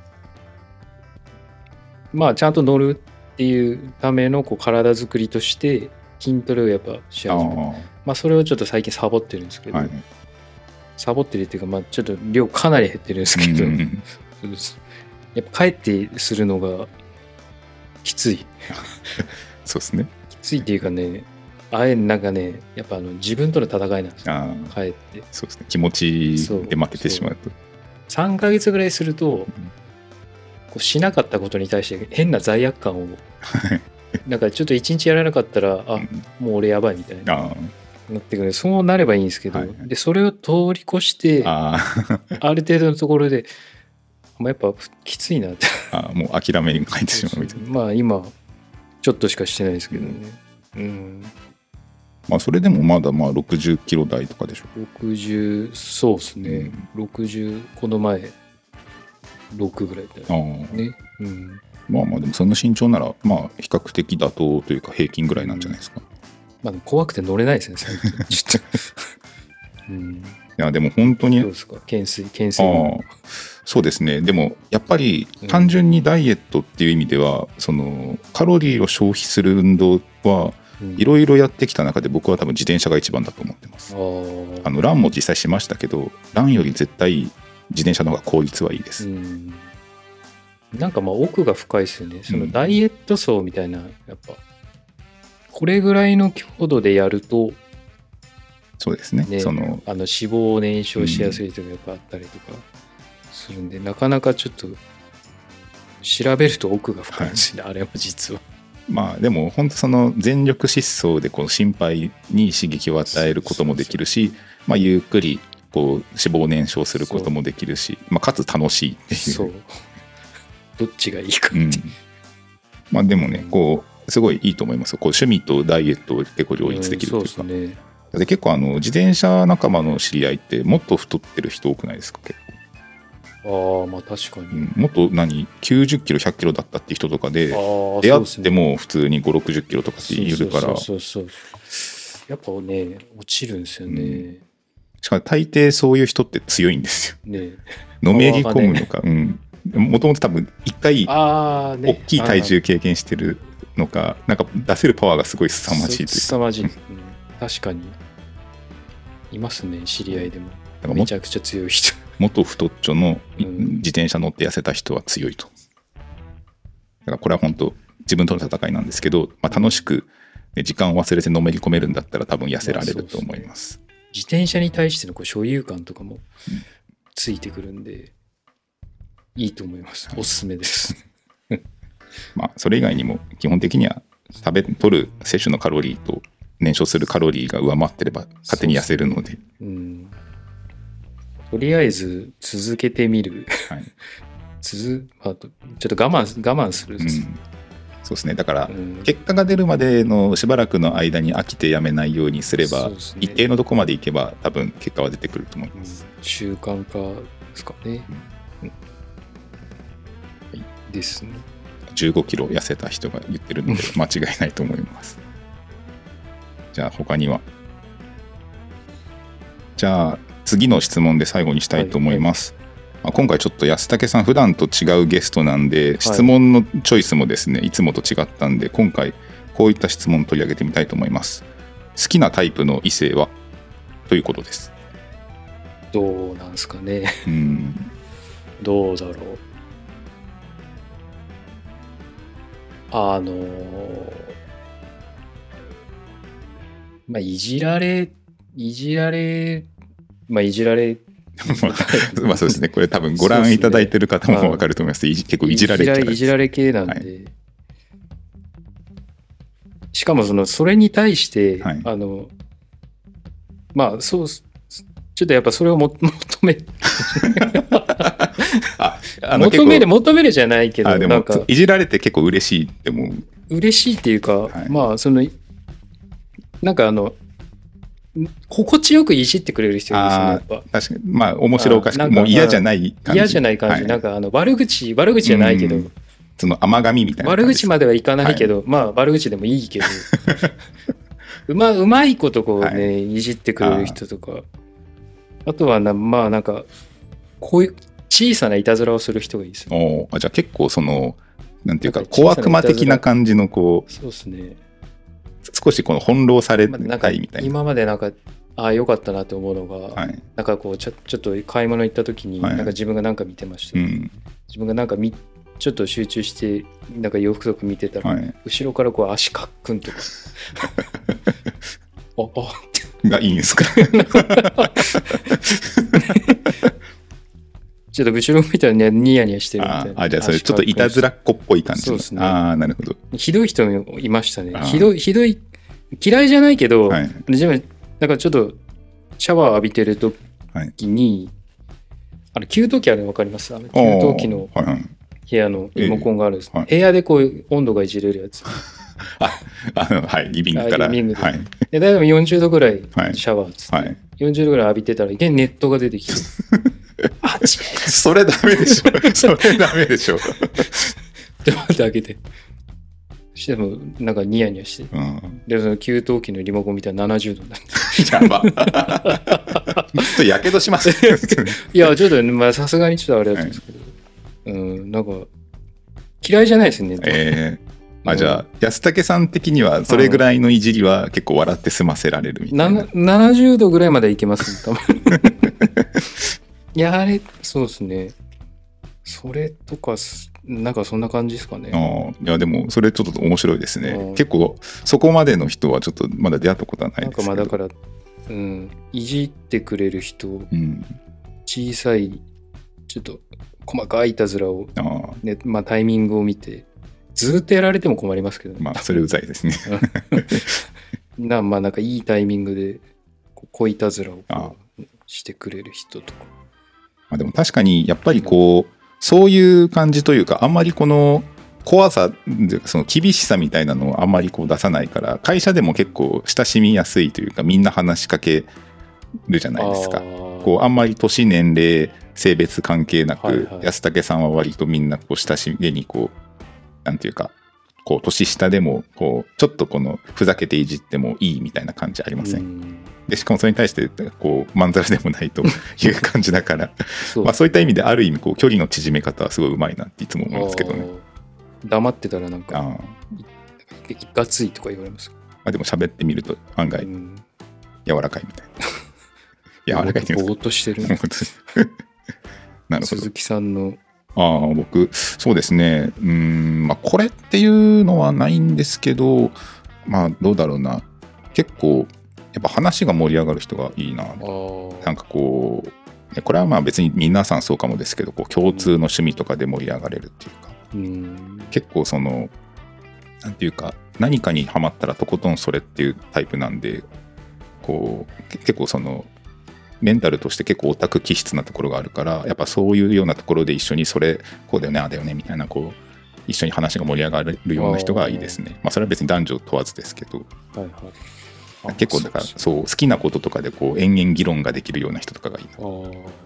[SPEAKER 3] まあちゃんと乗るっていうためのこう体作りとして筋トレをやっぱし始める。あ、まあそれをちょっと最近サボってるんですけど、はい、サボってるっていうか、まあちょっと量かなり減ってるんですけど、うん、やっぱ帰ってするのがきつい
[SPEAKER 2] そうですね。
[SPEAKER 3] きついっていうかね、あれなんかね、やっぱあの自分との戦いなんですよ。帰って。
[SPEAKER 2] そうですね。気持ちで負けてしまうと。
[SPEAKER 3] さんかげつぐらいすると、うん、こうしなかったことに対して変な罪悪感をなんかちょっと一日やらなかったら、あ、もう俺やばいみたいななってくる。そうなればいいんですけど、はいはい、でそれを通り越してあ, ある程度のところで、まあ、やっぱきついなって
[SPEAKER 2] あもう諦めに入ってしまうみたいな。
[SPEAKER 3] まあ今ちょっとしかしてないですけどね。うん、うん、
[SPEAKER 2] まあそれでもまだまあろくじゅっキロ台とかでしょ。
[SPEAKER 3] ろくじゅう、そうですね、うん、ろくじゅう、この前ろくぐらいだよね。うん、
[SPEAKER 2] まあまあでもその身長ならまあ比較的妥当というか平均ぐらいなんじゃないですか。うん、
[SPEAKER 3] まあ怖くて乗れないですね最近ちょっと、
[SPEAKER 2] うん、いやでも本当に
[SPEAKER 3] どうですか、懸垂懸垂。
[SPEAKER 2] あそうですね。でもやっぱり単純にダイエットっていう意味では、うん、そのカロリーを消費する運動はいろいろやってきた中で僕は多分自転車が一番だと思ってます。あのランも実際しましたけど、ランより絶対自転車の方が効率はいいです。うん、
[SPEAKER 3] なんかまあ奥が深いですよね。そのダイエット層みたいな、やっぱこれぐらいの強度でやると、
[SPEAKER 2] そうですね。
[SPEAKER 3] ね、
[SPEAKER 2] その
[SPEAKER 3] あの脂肪を燃焼しやすいとかやっぱあったりとかするんで、うん、なかなかちょっと調べると奥が深いですね、はい、あれも実は。
[SPEAKER 2] まあでも本当その全力疾走でこの心肺に刺激を与えることもできるし、まあゆっくりこう脂肪を燃焼することもできるし、まあかつ楽しいっていう。
[SPEAKER 3] そう。どっちがいいかって、
[SPEAKER 2] うん、まあでもね、こうすごいいいと思います。こう趣味とダイエットを結構両立できるというか。うん、そうですね。で結構あの自転車仲間の知り合いってもっと太ってる人多くないですか？結構。
[SPEAKER 3] ああ、まあ確かに、
[SPEAKER 2] うん、もっと何きゅうじゅっキロひゃっキロだったって人とかで出会っても普通にごじゅうろくじゅっキロとかっているから、
[SPEAKER 3] そうそうそうそう、やっぱね落ちるんですよね、うん、
[SPEAKER 2] しかも大抵そういう人って強いんですよ。
[SPEAKER 3] ね、
[SPEAKER 2] のめり込むのか、うん。もともと多分一回大きい体重経験してるのか、なんか出せるパワーがすごい凄まじいというか。
[SPEAKER 3] 凄まじい、うん。確かに。いますね、知り合いでも。もめちゃくちゃ強い人。
[SPEAKER 2] 元太っちょの自転車乗って痩せた人は強いと。だからこれは本当自分との戦いなんですけど、まあ、楽しく時間を忘れてのめり込めるんだったら多分痩せられると思います。
[SPEAKER 3] まあ、自転車に対してのこう所有感とかもついてくるんで、うん、いいと思います。おすすめです。
[SPEAKER 2] まあそれ以外にも基本的には食べ取る摂取のカロリーと燃焼するカロリーが上回ってれば勝手に痩せるので、うん、
[SPEAKER 3] とりあえず続けてみる、はい、続まあ、ちょっと我慢我慢する、うん、
[SPEAKER 2] そうですね。だから、うん、結果が出るまでのしばらくの間に飽きてやめないようにすれば、ね、一定のとこまでいけば多分結果は出てくると思います、
[SPEAKER 3] うん、習慣化ですかね、うんうん、はい、ですね。
[SPEAKER 2] じゅうごキロ痩せた人が言ってるので間違いないと思いますじゃあ他にはじゃあ次の質問で最後にしたいと思います、はいはい。まあ、今回ちょっと安武さん普段と違うゲストなんで、はい、質問のチョイスもですねいつもと違ったんで、今回こういった質問を取り上げてみたいと思います。好きなタイプの異性はということです。
[SPEAKER 3] どうなんですかね。
[SPEAKER 2] うん
[SPEAKER 3] どうだろう。あのー、まあいじられいじられまあいじられ
[SPEAKER 2] まあそうですね。これ多分ご覧いただいてる方も分かると思います。結構いじられキャラです。
[SPEAKER 3] いじられ系なんで、はい、しかもそのそれに対して、はい、あのまあそうちょっとやっぱそれをも求めああの求める求めるじゃないけど、
[SPEAKER 2] あでもなんかいじられて結構嬉しいってもう
[SPEAKER 3] 嬉しいっていうか、はい、まあそのなんかあの心地よくいじってくれる人いるんですよね、やっぱ。確
[SPEAKER 2] かに。まあ、面白おかしく、もう嫌じゃない感じ。
[SPEAKER 3] 嫌じゃない感じ。はい、なんか、あの、悪口、悪口じゃないけど。
[SPEAKER 2] その甘噛みみたいな。
[SPEAKER 3] 悪口まではいかないけど、はい、まあ、悪口でもいいけど。うま、うまいことこうね、はい、いじってくれる人とか。あ, あとはな、まあ、なんか、こういう小さないたずらをする人がいいです
[SPEAKER 2] ね。おあじゃあ結構その、なんていうか、小悪魔的な感じのこう。
[SPEAKER 3] そうですね。
[SPEAKER 2] 少しこの翻弄されたいみたいな。
[SPEAKER 3] 今までなんかああよかったなと思うのが、はい、なんかこうちょちょっと買い物行った時に、はい、なんか自分がなんか見てました、ね、うん、自分がなんかみちょっと集中してなんか洋服とか見てたら、はい、後ろからこう足かっくんとかああ
[SPEAKER 2] がいいんですか
[SPEAKER 3] ちょっと後ろ見たら、ね、ニヤニヤしてるみたいな。
[SPEAKER 2] ああ、じゃあそれちょっといたずらっ子っぽい感じ。
[SPEAKER 3] そうですね。
[SPEAKER 2] ああ、なるほど。
[SPEAKER 3] ひどい人もいましたね。ひどい、ひどい、嫌いじゃないけど、はい、自分、なんかちょっとシャワー浴びてる時に、はい、あの給湯器あるの分かります？あの給湯器の部屋のリモコンがあるんです、はい、部屋でこう温度がいじれるやつ。
[SPEAKER 2] あ、あの、はい、リビングから。
[SPEAKER 3] リビングで。
[SPEAKER 2] はい、
[SPEAKER 3] で、だいたいよんじゅうどぐらいシャワーつって、はい、よんじゅうどぐらい浴びてたら、いきなりネットが出てきて。あち
[SPEAKER 2] それダメでしょ。それダメでしょ。
[SPEAKER 3] で、待って開けて。しても、なんかニヤニヤして。うん、で、その給湯器のリモコン見たらななじゅうどになって。
[SPEAKER 2] やば。ちょっとやけどします。
[SPEAKER 3] いや、ちょっと、まあ、さすがにちょっとあれだったんですけど。はい、うん、なんか、嫌いじゃないですね。
[SPEAKER 2] えーあじゃあ安武さん的にはそれぐらいのいじりは結構笑って済ませられるみたいな。
[SPEAKER 3] ななじゅうどぐらいまでいけますね、多分。いやあれそうですね。それとかなんかそんな感じですかね。
[SPEAKER 2] あいやでもそれちょっと面白いですね。結構そこまでの人はちょっとまだ出会ったことはないですけど。
[SPEAKER 3] なんかまあだから、うん、いじってくれる人、うん、小さいちょっと細かいいたずらを、ねまあ、タイミングを見て。ずっとやられても困りますけどね。
[SPEAKER 2] まあそれうざいですね。
[SPEAKER 3] なまあなんかいいタイミングで小いたずらをしてくれる人とか。
[SPEAKER 2] まあでも確かにやっぱりこう、うん、そういう感じというかあんまりこの怖さその厳しさみたいなのをあんまりこう出さないから会社でも結構親しみやすいというかみんな話しかけるじゃないですか。こうあんまり年年齢性別関係なく、はいはい、安武さんは割とみんなこう親しげにこうなんていうかこう年下でもこうちょっとこのふざけていじってもいいみたいな感じありません？うん、でしかもそれに対してこうまんざらでもないという感じだからそうまあそういった意味である意味こう距離の縮め方はすごいうまいなっていつも思いますけどね。
[SPEAKER 3] 黙ってたらなんかいかついとか言われます。
[SPEAKER 2] まあ、でも喋ってみると案外柔らかいみたいな。柔らかいって言うんですか？ぼーっとしてる。なるほど。
[SPEAKER 3] 鈴木さんの
[SPEAKER 2] ああ、僕、そうですね。うーん、まあ、これっていうのはないんですけど、まあ、どうだろうな。結構、やっぱ話が盛り上がる人がいいな。なんかこう、これはまあ別に皆さんそうかもですけど、こう共通の趣味とかで盛り上がれるっていうか、うん、結構その、なんていうか、何かにハマったらとことんそれっていうタイプなんで、こう、結構その、メンタルとして結構オタク気質なところがあるから、やっぱそういうようなところで一緒にそれこうだよねああだよねみたいなこう一緒に話が盛り上がるような人がいいですね。まあそれは別に男女問わずですけど、はいはい、結構だからそう好きなこととかでこう延々議論ができるような人とかがいいな。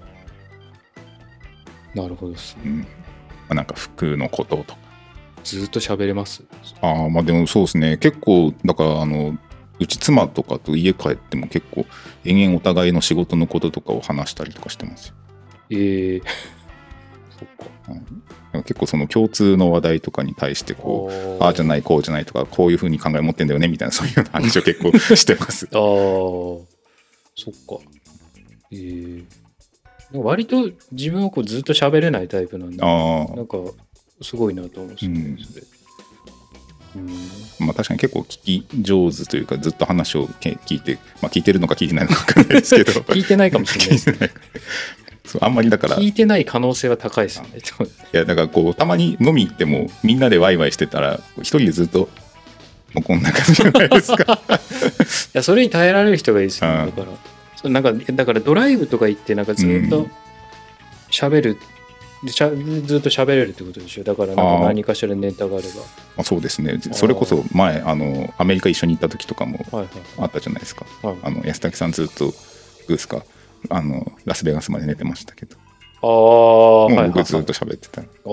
[SPEAKER 3] あなるほどですね。うん、ま
[SPEAKER 2] あ、なんか服のこととか
[SPEAKER 3] ずっと喋れます？
[SPEAKER 2] ああまあでもそうですね。結構だからあのうち妻とかと家帰っても結構延々お互いの仕事のこととかを話したりとかしてますよ。
[SPEAKER 3] えー、そっか、
[SPEAKER 2] うん、結構その共通の話題とかに対してこうああじゃないこうじゃないとかこういう風に考え持ってんだよねみたいなそういう話を結構してます。
[SPEAKER 3] ああそっか。えー、割と自分はこうずっと喋れないタイプなんであなんかすごいなと思うんですよね、うん、それ。
[SPEAKER 2] うんまあ、確かに結構聞き上手というかずっと話を聞いて、まあ、聞いてるのか聞いてないのか分かんないですけど
[SPEAKER 3] 聞いてないかもしれないですね。
[SPEAKER 2] そうあんまりだから
[SPEAKER 3] 聞いてない可能性は高いですね。
[SPEAKER 2] いやだからこうたまに飲み行ってもみんなでワイワイしてたら一人でずっともうこんな感じじゃないですか。い
[SPEAKER 3] やそれに耐えられる人がいいですよね。だからそうなんかだからドライブとか行ってなんかずっと喋る、うんでしゃずっと喋れるってことでしょ。だからなんか何かしらネタがあれば
[SPEAKER 2] あそうですね。それこそ前あのアメリカ一緒に行った時とかもあったじゃないですか、はいはい、あの安武さんずっとグースかあのラスベガスまで寝てましたけどあもう僕ずっと喋ってた、はいはいはい、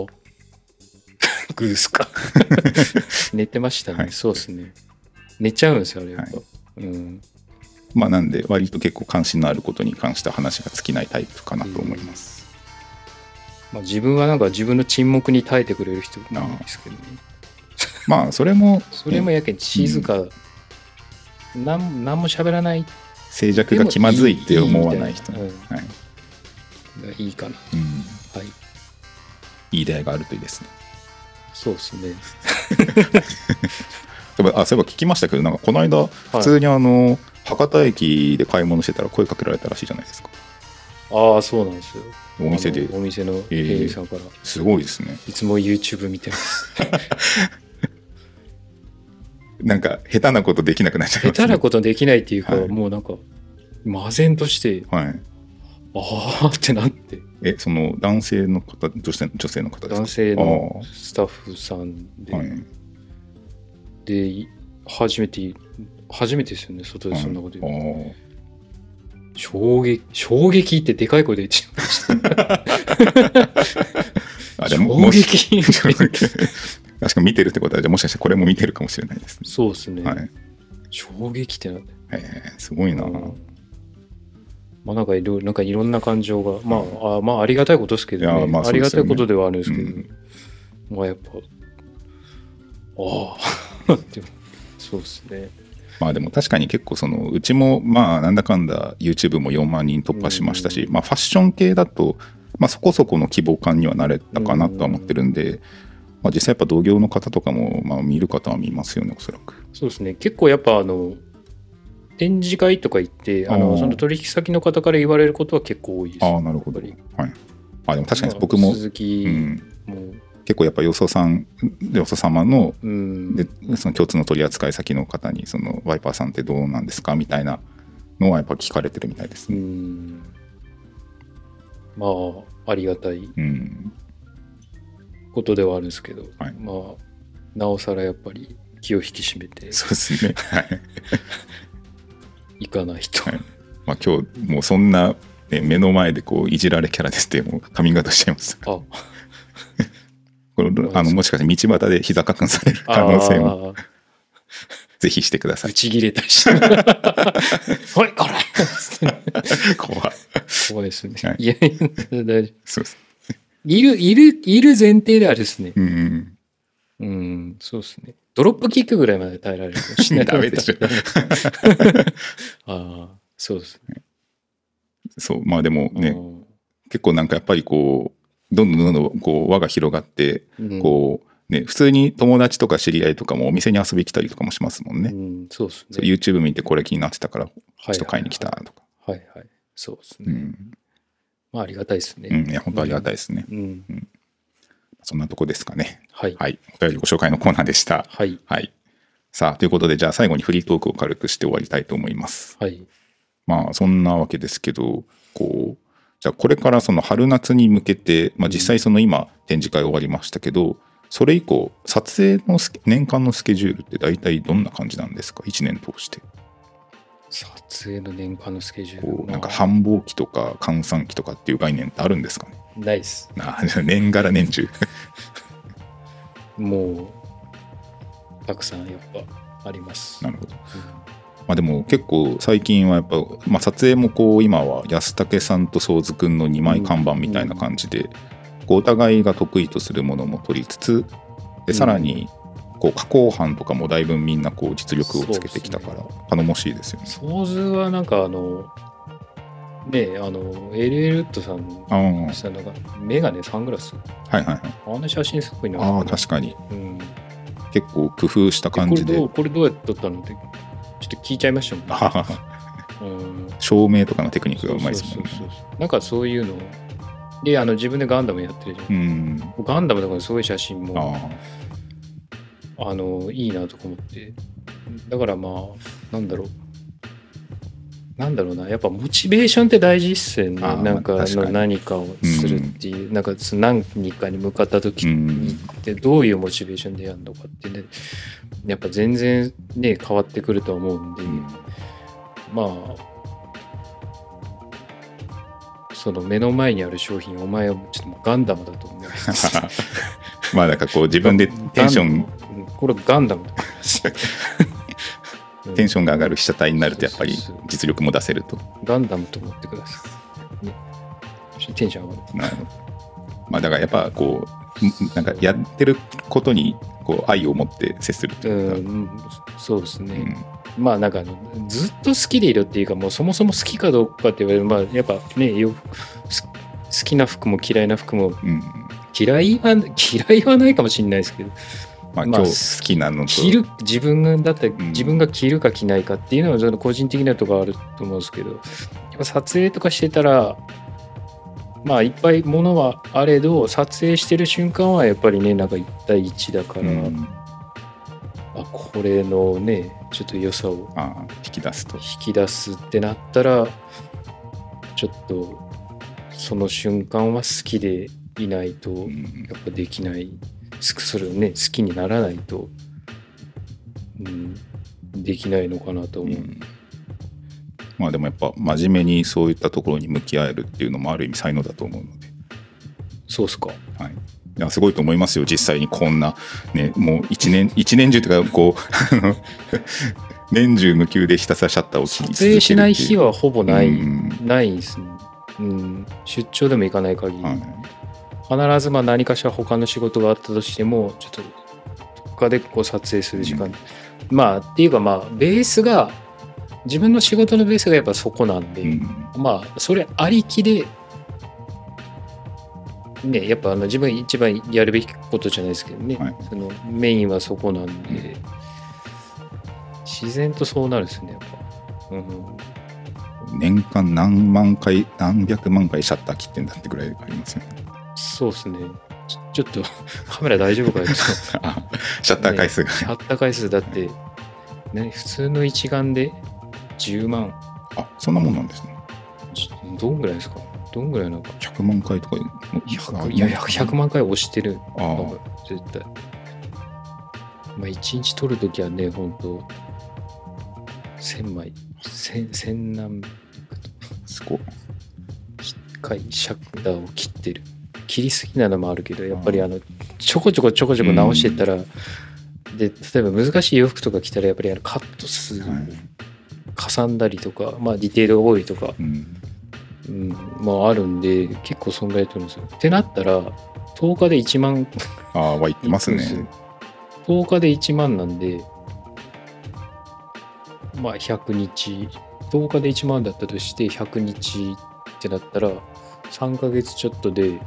[SPEAKER 3] あグースか寝てましたね、はい、そうですね。寝ちゃうんですよあれやっぱ、はいうん
[SPEAKER 2] まあ、なんで割と結構関心のあることに関して話が尽きないタイプかなと思います、
[SPEAKER 3] まあ、自分はなんか自分の沈黙に耐えてくれる人なんですけどね。
[SPEAKER 2] まあそれも
[SPEAKER 3] それもやけん静か、うん、なん何も喋らない
[SPEAKER 2] 静寂が気まずいって思わない人いい、うんはい、
[SPEAKER 3] いいかな、
[SPEAKER 2] うんはい、いい出会いがあるといいですね。
[SPEAKER 3] そうですね
[SPEAKER 2] あそういえば聞きましたけどなんかこの間普通にあの、はい、博多駅で買い物してたら声かけられたらしいじゃないですか。
[SPEAKER 3] ああそうなんですよ。
[SPEAKER 2] お店で
[SPEAKER 3] お店の店員さんから、えー、
[SPEAKER 2] すごいですね。
[SPEAKER 3] いつも YouTube 見てます
[SPEAKER 2] なんか下手なことできなくなっちゃいますね。
[SPEAKER 3] 下手なことできないっていうか、はい、もうなんか唖然として、はい、ああってなって。
[SPEAKER 2] えその男性の方女性女性の方ですか？
[SPEAKER 3] 男性のスタッフさんで、はい、で初めて初めてですよね外でそんなこと言う、はい衝撃衝撃ってでかい声で言っちゃいましたあでも衝撃
[SPEAKER 2] 確か見てるってことはじゃあもしかしてこれも見てるかもしれないですね。
[SPEAKER 3] そうですね、はい、衝撃ってなんだ、
[SPEAKER 2] えー、すごいな、うん、
[SPEAKER 3] まあなんかいろなんかいろんな感情がまあ、あまあありがたいことですけどね、まあ、ありがたいことではあるんですけど、うん、まあやっぱああってそうですね。
[SPEAKER 2] まあでも確かに結構そのうちもまあなんだかんだ YouTube もよんまんにん突破しましたし、まあファッション系だとまあそこそこの規模感にはなれたかなとは思ってるんで、まあ実際やっぱ同業の方とかもまあ見る方は見ますよねおそらく。
[SPEAKER 3] そうですね。結構やっぱあの展示会とか行ってあのその取引先の方から言われることは結構多いです。
[SPEAKER 2] ああなるほど。はい。あでも確かに僕も
[SPEAKER 3] 鈴木も、
[SPEAKER 2] うん結構やっぱよそさんよそ様の、うん、でその共通の取扱先の方にそのワイパーさんってどうなんですかみたいなのはやっぱ聞かれてるみたいですね。うん
[SPEAKER 3] まあありがたいことではあるんですけど、うんはい、まあなおさらやっぱり気を引き締めて
[SPEAKER 2] そうですね、はい、
[SPEAKER 3] いかないと、はい
[SPEAKER 2] まあ、今日もうそんな、ね、目の前でこういじられキャラですってもうカミングアウトしちゃいました。あこれあのもしかして道端で膝かくんされる可能性もぜひしてください。
[SPEAKER 3] 打ち切れたりしておいこれ
[SPEAKER 2] 怖い
[SPEAKER 3] 怖いですね、
[SPEAKER 2] はい、
[SPEAKER 3] いや大丈夫
[SPEAKER 2] そうです
[SPEAKER 3] いるいるいる前提であれですね。
[SPEAKER 2] うん、
[SPEAKER 3] うん、そうですね。ドロップキックぐらいまで耐えられるかもしれない。
[SPEAKER 2] ダメでしょ
[SPEAKER 3] ああ、そうですね。
[SPEAKER 2] そうまあでもね、結構なんかやっぱりこうどんどんどんどんこう輪が広がって、うん、こうね普通に友達とか知り合いとかもお店に遊び来たりとかもしますもんね。
[SPEAKER 3] うん、そうですね。
[SPEAKER 2] そう YouTube 見てこれ気になってたからちょっと買いに来たとか。
[SPEAKER 3] はいはい、そうですね。
[SPEAKER 2] うん、
[SPEAKER 3] まあありがたいですね。
[SPEAKER 2] うん、いや本当ありがたいですね。うんうん、そんなとこですかね。
[SPEAKER 3] はい。
[SPEAKER 2] はい。お便りご紹介のコーナーでした。
[SPEAKER 3] はい。
[SPEAKER 2] はい。さあ、ということで、じゃあ最後にフリートークを軽くして終わりたいと思います。
[SPEAKER 3] はい。
[SPEAKER 2] まあ、そんなわけですけど、こう、じゃあこれからその春夏に向けて、まあ実際その今展示会終わりましたけど、それ以降、撮影の年間のスケジュールって大体どんな感じなんですか？いちねん通して。
[SPEAKER 3] 撮影の年間のスケジュール。
[SPEAKER 2] こうなんか繁忙期とか閑散期とかっていう概念ってあるんですかね？
[SPEAKER 3] ないです。
[SPEAKER 2] あ、年がら年中。
[SPEAKER 3] もうたくさんやっぱあります。
[SPEAKER 2] なるほど。うん、まあでも結構最近はやっぱ、まあ、撮影もこう今は安武さんと宗津くんのにまい看板みたいな感じで、うん、こうお互いが得意とするものも取りつつ、でさらにこう加工班とかもだいぶみんなこう実力をつけてきたから頼もしいですよね。
[SPEAKER 3] 宗津はなんかあのねあのエルエルウッドさんの下なんかメガネサングラス、
[SPEAKER 2] はいはいはい、
[SPEAKER 3] あの写真すごいな。
[SPEAKER 2] ああ確かに、
[SPEAKER 3] うん、
[SPEAKER 2] 結構工夫した感じで。
[SPEAKER 3] これどう、これどうやって撮ったのってちょっと聞いちゃいましたもんね。うん、
[SPEAKER 2] 照明とかのテクニックがうまいですもんね。
[SPEAKER 3] そうそうそうそう、なんかそういうのであの自分でガンダムやってるじゃん、うん、ガンダムとかのすごい写真も あ, あのいいなとか思って、だからまあなんだろうなんだろうな、やっぱモチベーションって大事っすよね。なんかの何かをするっていう、うん、なんか何かに向かった時にってどういうモチベーションでやるのかってね、やっぱ全然ね変わってくると思うんで、うん、まあその目の前にある商品、お前はちょっとガンダムだと思う。
[SPEAKER 2] まあなんかこう自分でテンション、
[SPEAKER 3] これガンダムだ。
[SPEAKER 2] テンションが上がる被写体になるとやっぱり実力も出せると。
[SPEAKER 3] ガンダムと思ってください、ね、テンション上がる。
[SPEAKER 2] なるほど。まあだからやっぱこうなんかやってることにこう愛を持って接するっていうか、うん、
[SPEAKER 3] そうですね、うん、まあなんかずっと好きでいるっていうか、もうそもそも好きかどうかって言われる、まあやっぱねよ好きな服も嫌いな服も、うん、嫌いは嫌いはないかもしれないですけど、
[SPEAKER 2] まあ、今日好きなのと
[SPEAKER 3] 着る自分がだって自分が着るか着ないかっていうのはちょっと個人的なところあると思うんですけど、やっぱ撮影とかしてたらまあいっぱいものはあれど、撮影してる瞬間はやっぱりねなんかいち対いちだから、うん、あこれのねちょっと良さを
[SPEAKER 2] 引き出すと
[SPEAKER 3] 引き出すってなったらちょっとその瞬間は好きでいないとやっぱできない、うんそれをね好きにならないと、うん、できないのかなと思う、うん、
[SPEAKER 2] まあでもやっぱ真面目にそういったところに向き合えるっていうのもある意味才能だと思うので。
[SPEAKER 3] そうっすか。
[SPEAKER 2] はい、いやすごいと思いますよ実際にこんなねもう一年一年中というかこう年中無休でひたすらシャッターを切り続けるっていう。
[SPEAKER 3] 撮影しない日はほぼない、うん、ないですね、うん、出張でも行かない限り、はい、必ずまあ何かしら他の仕事があったとしてもちょっとどっかでこう撮影する時間、うん、まあっていうかまあベースが自分の仕事のベースがやっぱそこなんで、うん、まあそれありきでねやっぱあの自分一番やるべきことじゃないですけどね、はい、そのメインはそこなんで、うん、自然とそうなるですねやっぱ、
[SPEAKER 2] うん、年間何万回何百万回シャッター切ってんだってぐらいありますよね。
[SPEAKER 3] そうですね。ちょ、ちょっとカメラ大丈夫かよ。シ
[SPEAKER 2] ャッター回数が、ね、
[SPEAKER 3] シャッター回数だって、ね、普通の一眼でじゅうまん。
[SPEAKER 2] あ、そんなもんなんですね。
[SPEAKER 3] どんぐらいですか？どんぐらいなのか。
[SPEAKER 2] ひゃくまんかいとか。
[SPEAKER 3] いや、ひゃくまんかい押してる。あ絶対。まあ、いちにち撮るときはね、ほんと、せんまい、千、千何百と。
[SPEAKER 2] すごい。
[SPEAKER 3] 一回シャッターを切ってる。 切りすぎなのもあるけど、やっぱりあのちょこちょこちょこちょこ直していったら、うん、で例えば難しい洋服とか着たらやっぱりあのカット数かさんだりとか、まあ、ディテールが多いとか、うんうん、まああるんで結構そんぐらい取るんですよ。ってなったらとおかでいちまん
[SPEAKER 2] ああは言ってますね。
[SPEAKER 3] とおかでいちまんなんで、まあひゃくにち、とおかでいちまんだったとしてひゃくにちってなったらさんかげつちょっとで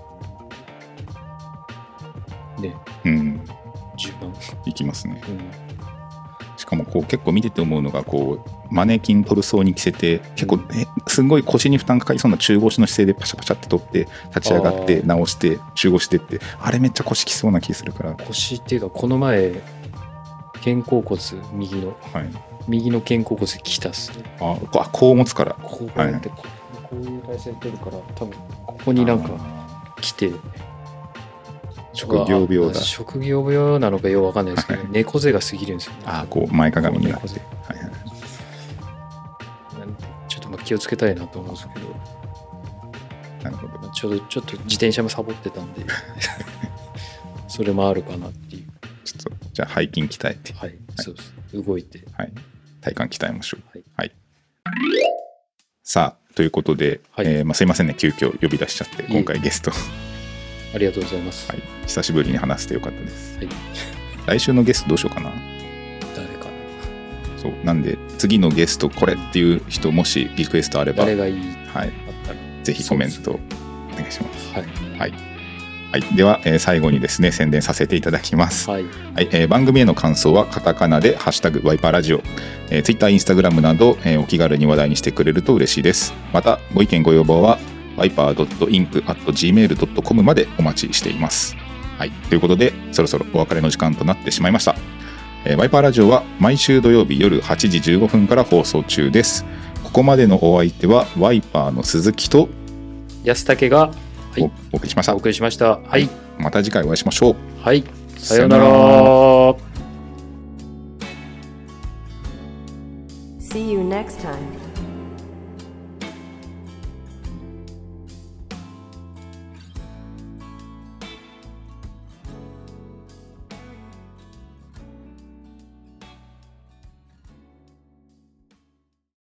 [SPEAKER 3] ね、
[SPEAKER 2] うん、
[SPEAKER 3] じゅうまん
[SPEAKER 2] いきますね。
[SPEAKER 3] うん、
[SPEAKER 2] しかもこう結構見てて思うのが、こうマネキントルソーに着せて結構、うん、えすごい腰に負担かかりそうな中腰の姿勢でパシャパシャって取って立ち上がって直して中腰してって、あれめっちゃ腰きそうな気するから。
[SPEAKER 3] 腰っていうかこの前肩甲骨右の、はい、右の肩甲骨きたっすね。
[SPEAKER 2] ああこう持つから
[SPEAKER 3] こうやって、はい、こういう体勢取るから多分ここになんか来て、
[SPEAKER 2] 職業病だ。
[SPEAKER 3] 職業病なのかよくわかんないですけど、はい、猫背が過ぎるんですよね。
[SPEAKER 2] ああこう前かがみになって、はいはい、
[SPEAKER 3] なんでちょっとまあ気をつけたいなと思うんですけど。
[SPEAKER 2] なるほど。
[SPEAKER 3] ちょっとちょっと自転車もサボってたんでそれもあるかなっていう。
[SPEAKER 2] ちょっとじゃあ背筋鍛えて、
[SPEAKER 3] はい、はい、そうです。動いて、
[SPEAKER 2] はい、体幹鍛えましょう。はい、はい、さあということで、はい、えーまあ、すいませんね急遽呼び出しちゃって今回ゲスト
[SPEAKER 3] ありがとうございます、
[SPEAKER 2] はい、久しぶりに話してよかったです、
[SPEAKER 3] はい、
[SPEAKER 2] 来週のゲストどうしようかな。
[SPEAKER 3] 誰かな。
[SPEAKER 2] そうなんで次のゲストこれっていう人もしリクエストあれば
[SPEAKER 3] 誰がいい、
[SPEAKER 2] はい、あったらぜひコメントお願いします。
[SPEAKER 3] はい、
[SPEAKER 2] はいはい、では、えー、最後にですね宣伝させていただきます、
[SPEAKER 3] はい
[SPEAKER 2] はい、えー、番組への感想はカタカナでハッシュタグワイパーラジオ、えー、Twitter、Instagram など、えー、お気軽に話題にしてくれると嬉しいです。またご意見ご要望は ワイパードットインク アット ジーメール ドット コム までお待ちしています。はい、ということでそろそろお別れの時間となってしまいました。えー、ワイパーラジオは毎週土曜日夜はちじじゅうごふんから放送中です。ここまでのお相手はワイパーの鈴木と
[SPEAKER 3] 安武が、はい、
[SPEAKER 2] お, お送りしました。
[SPEAKER 3] お送りしました。はい、はい、
[SPEAKER 2] また次回お会いしましょう。
[SPEAKER 3] はい、さようなら。See you next time.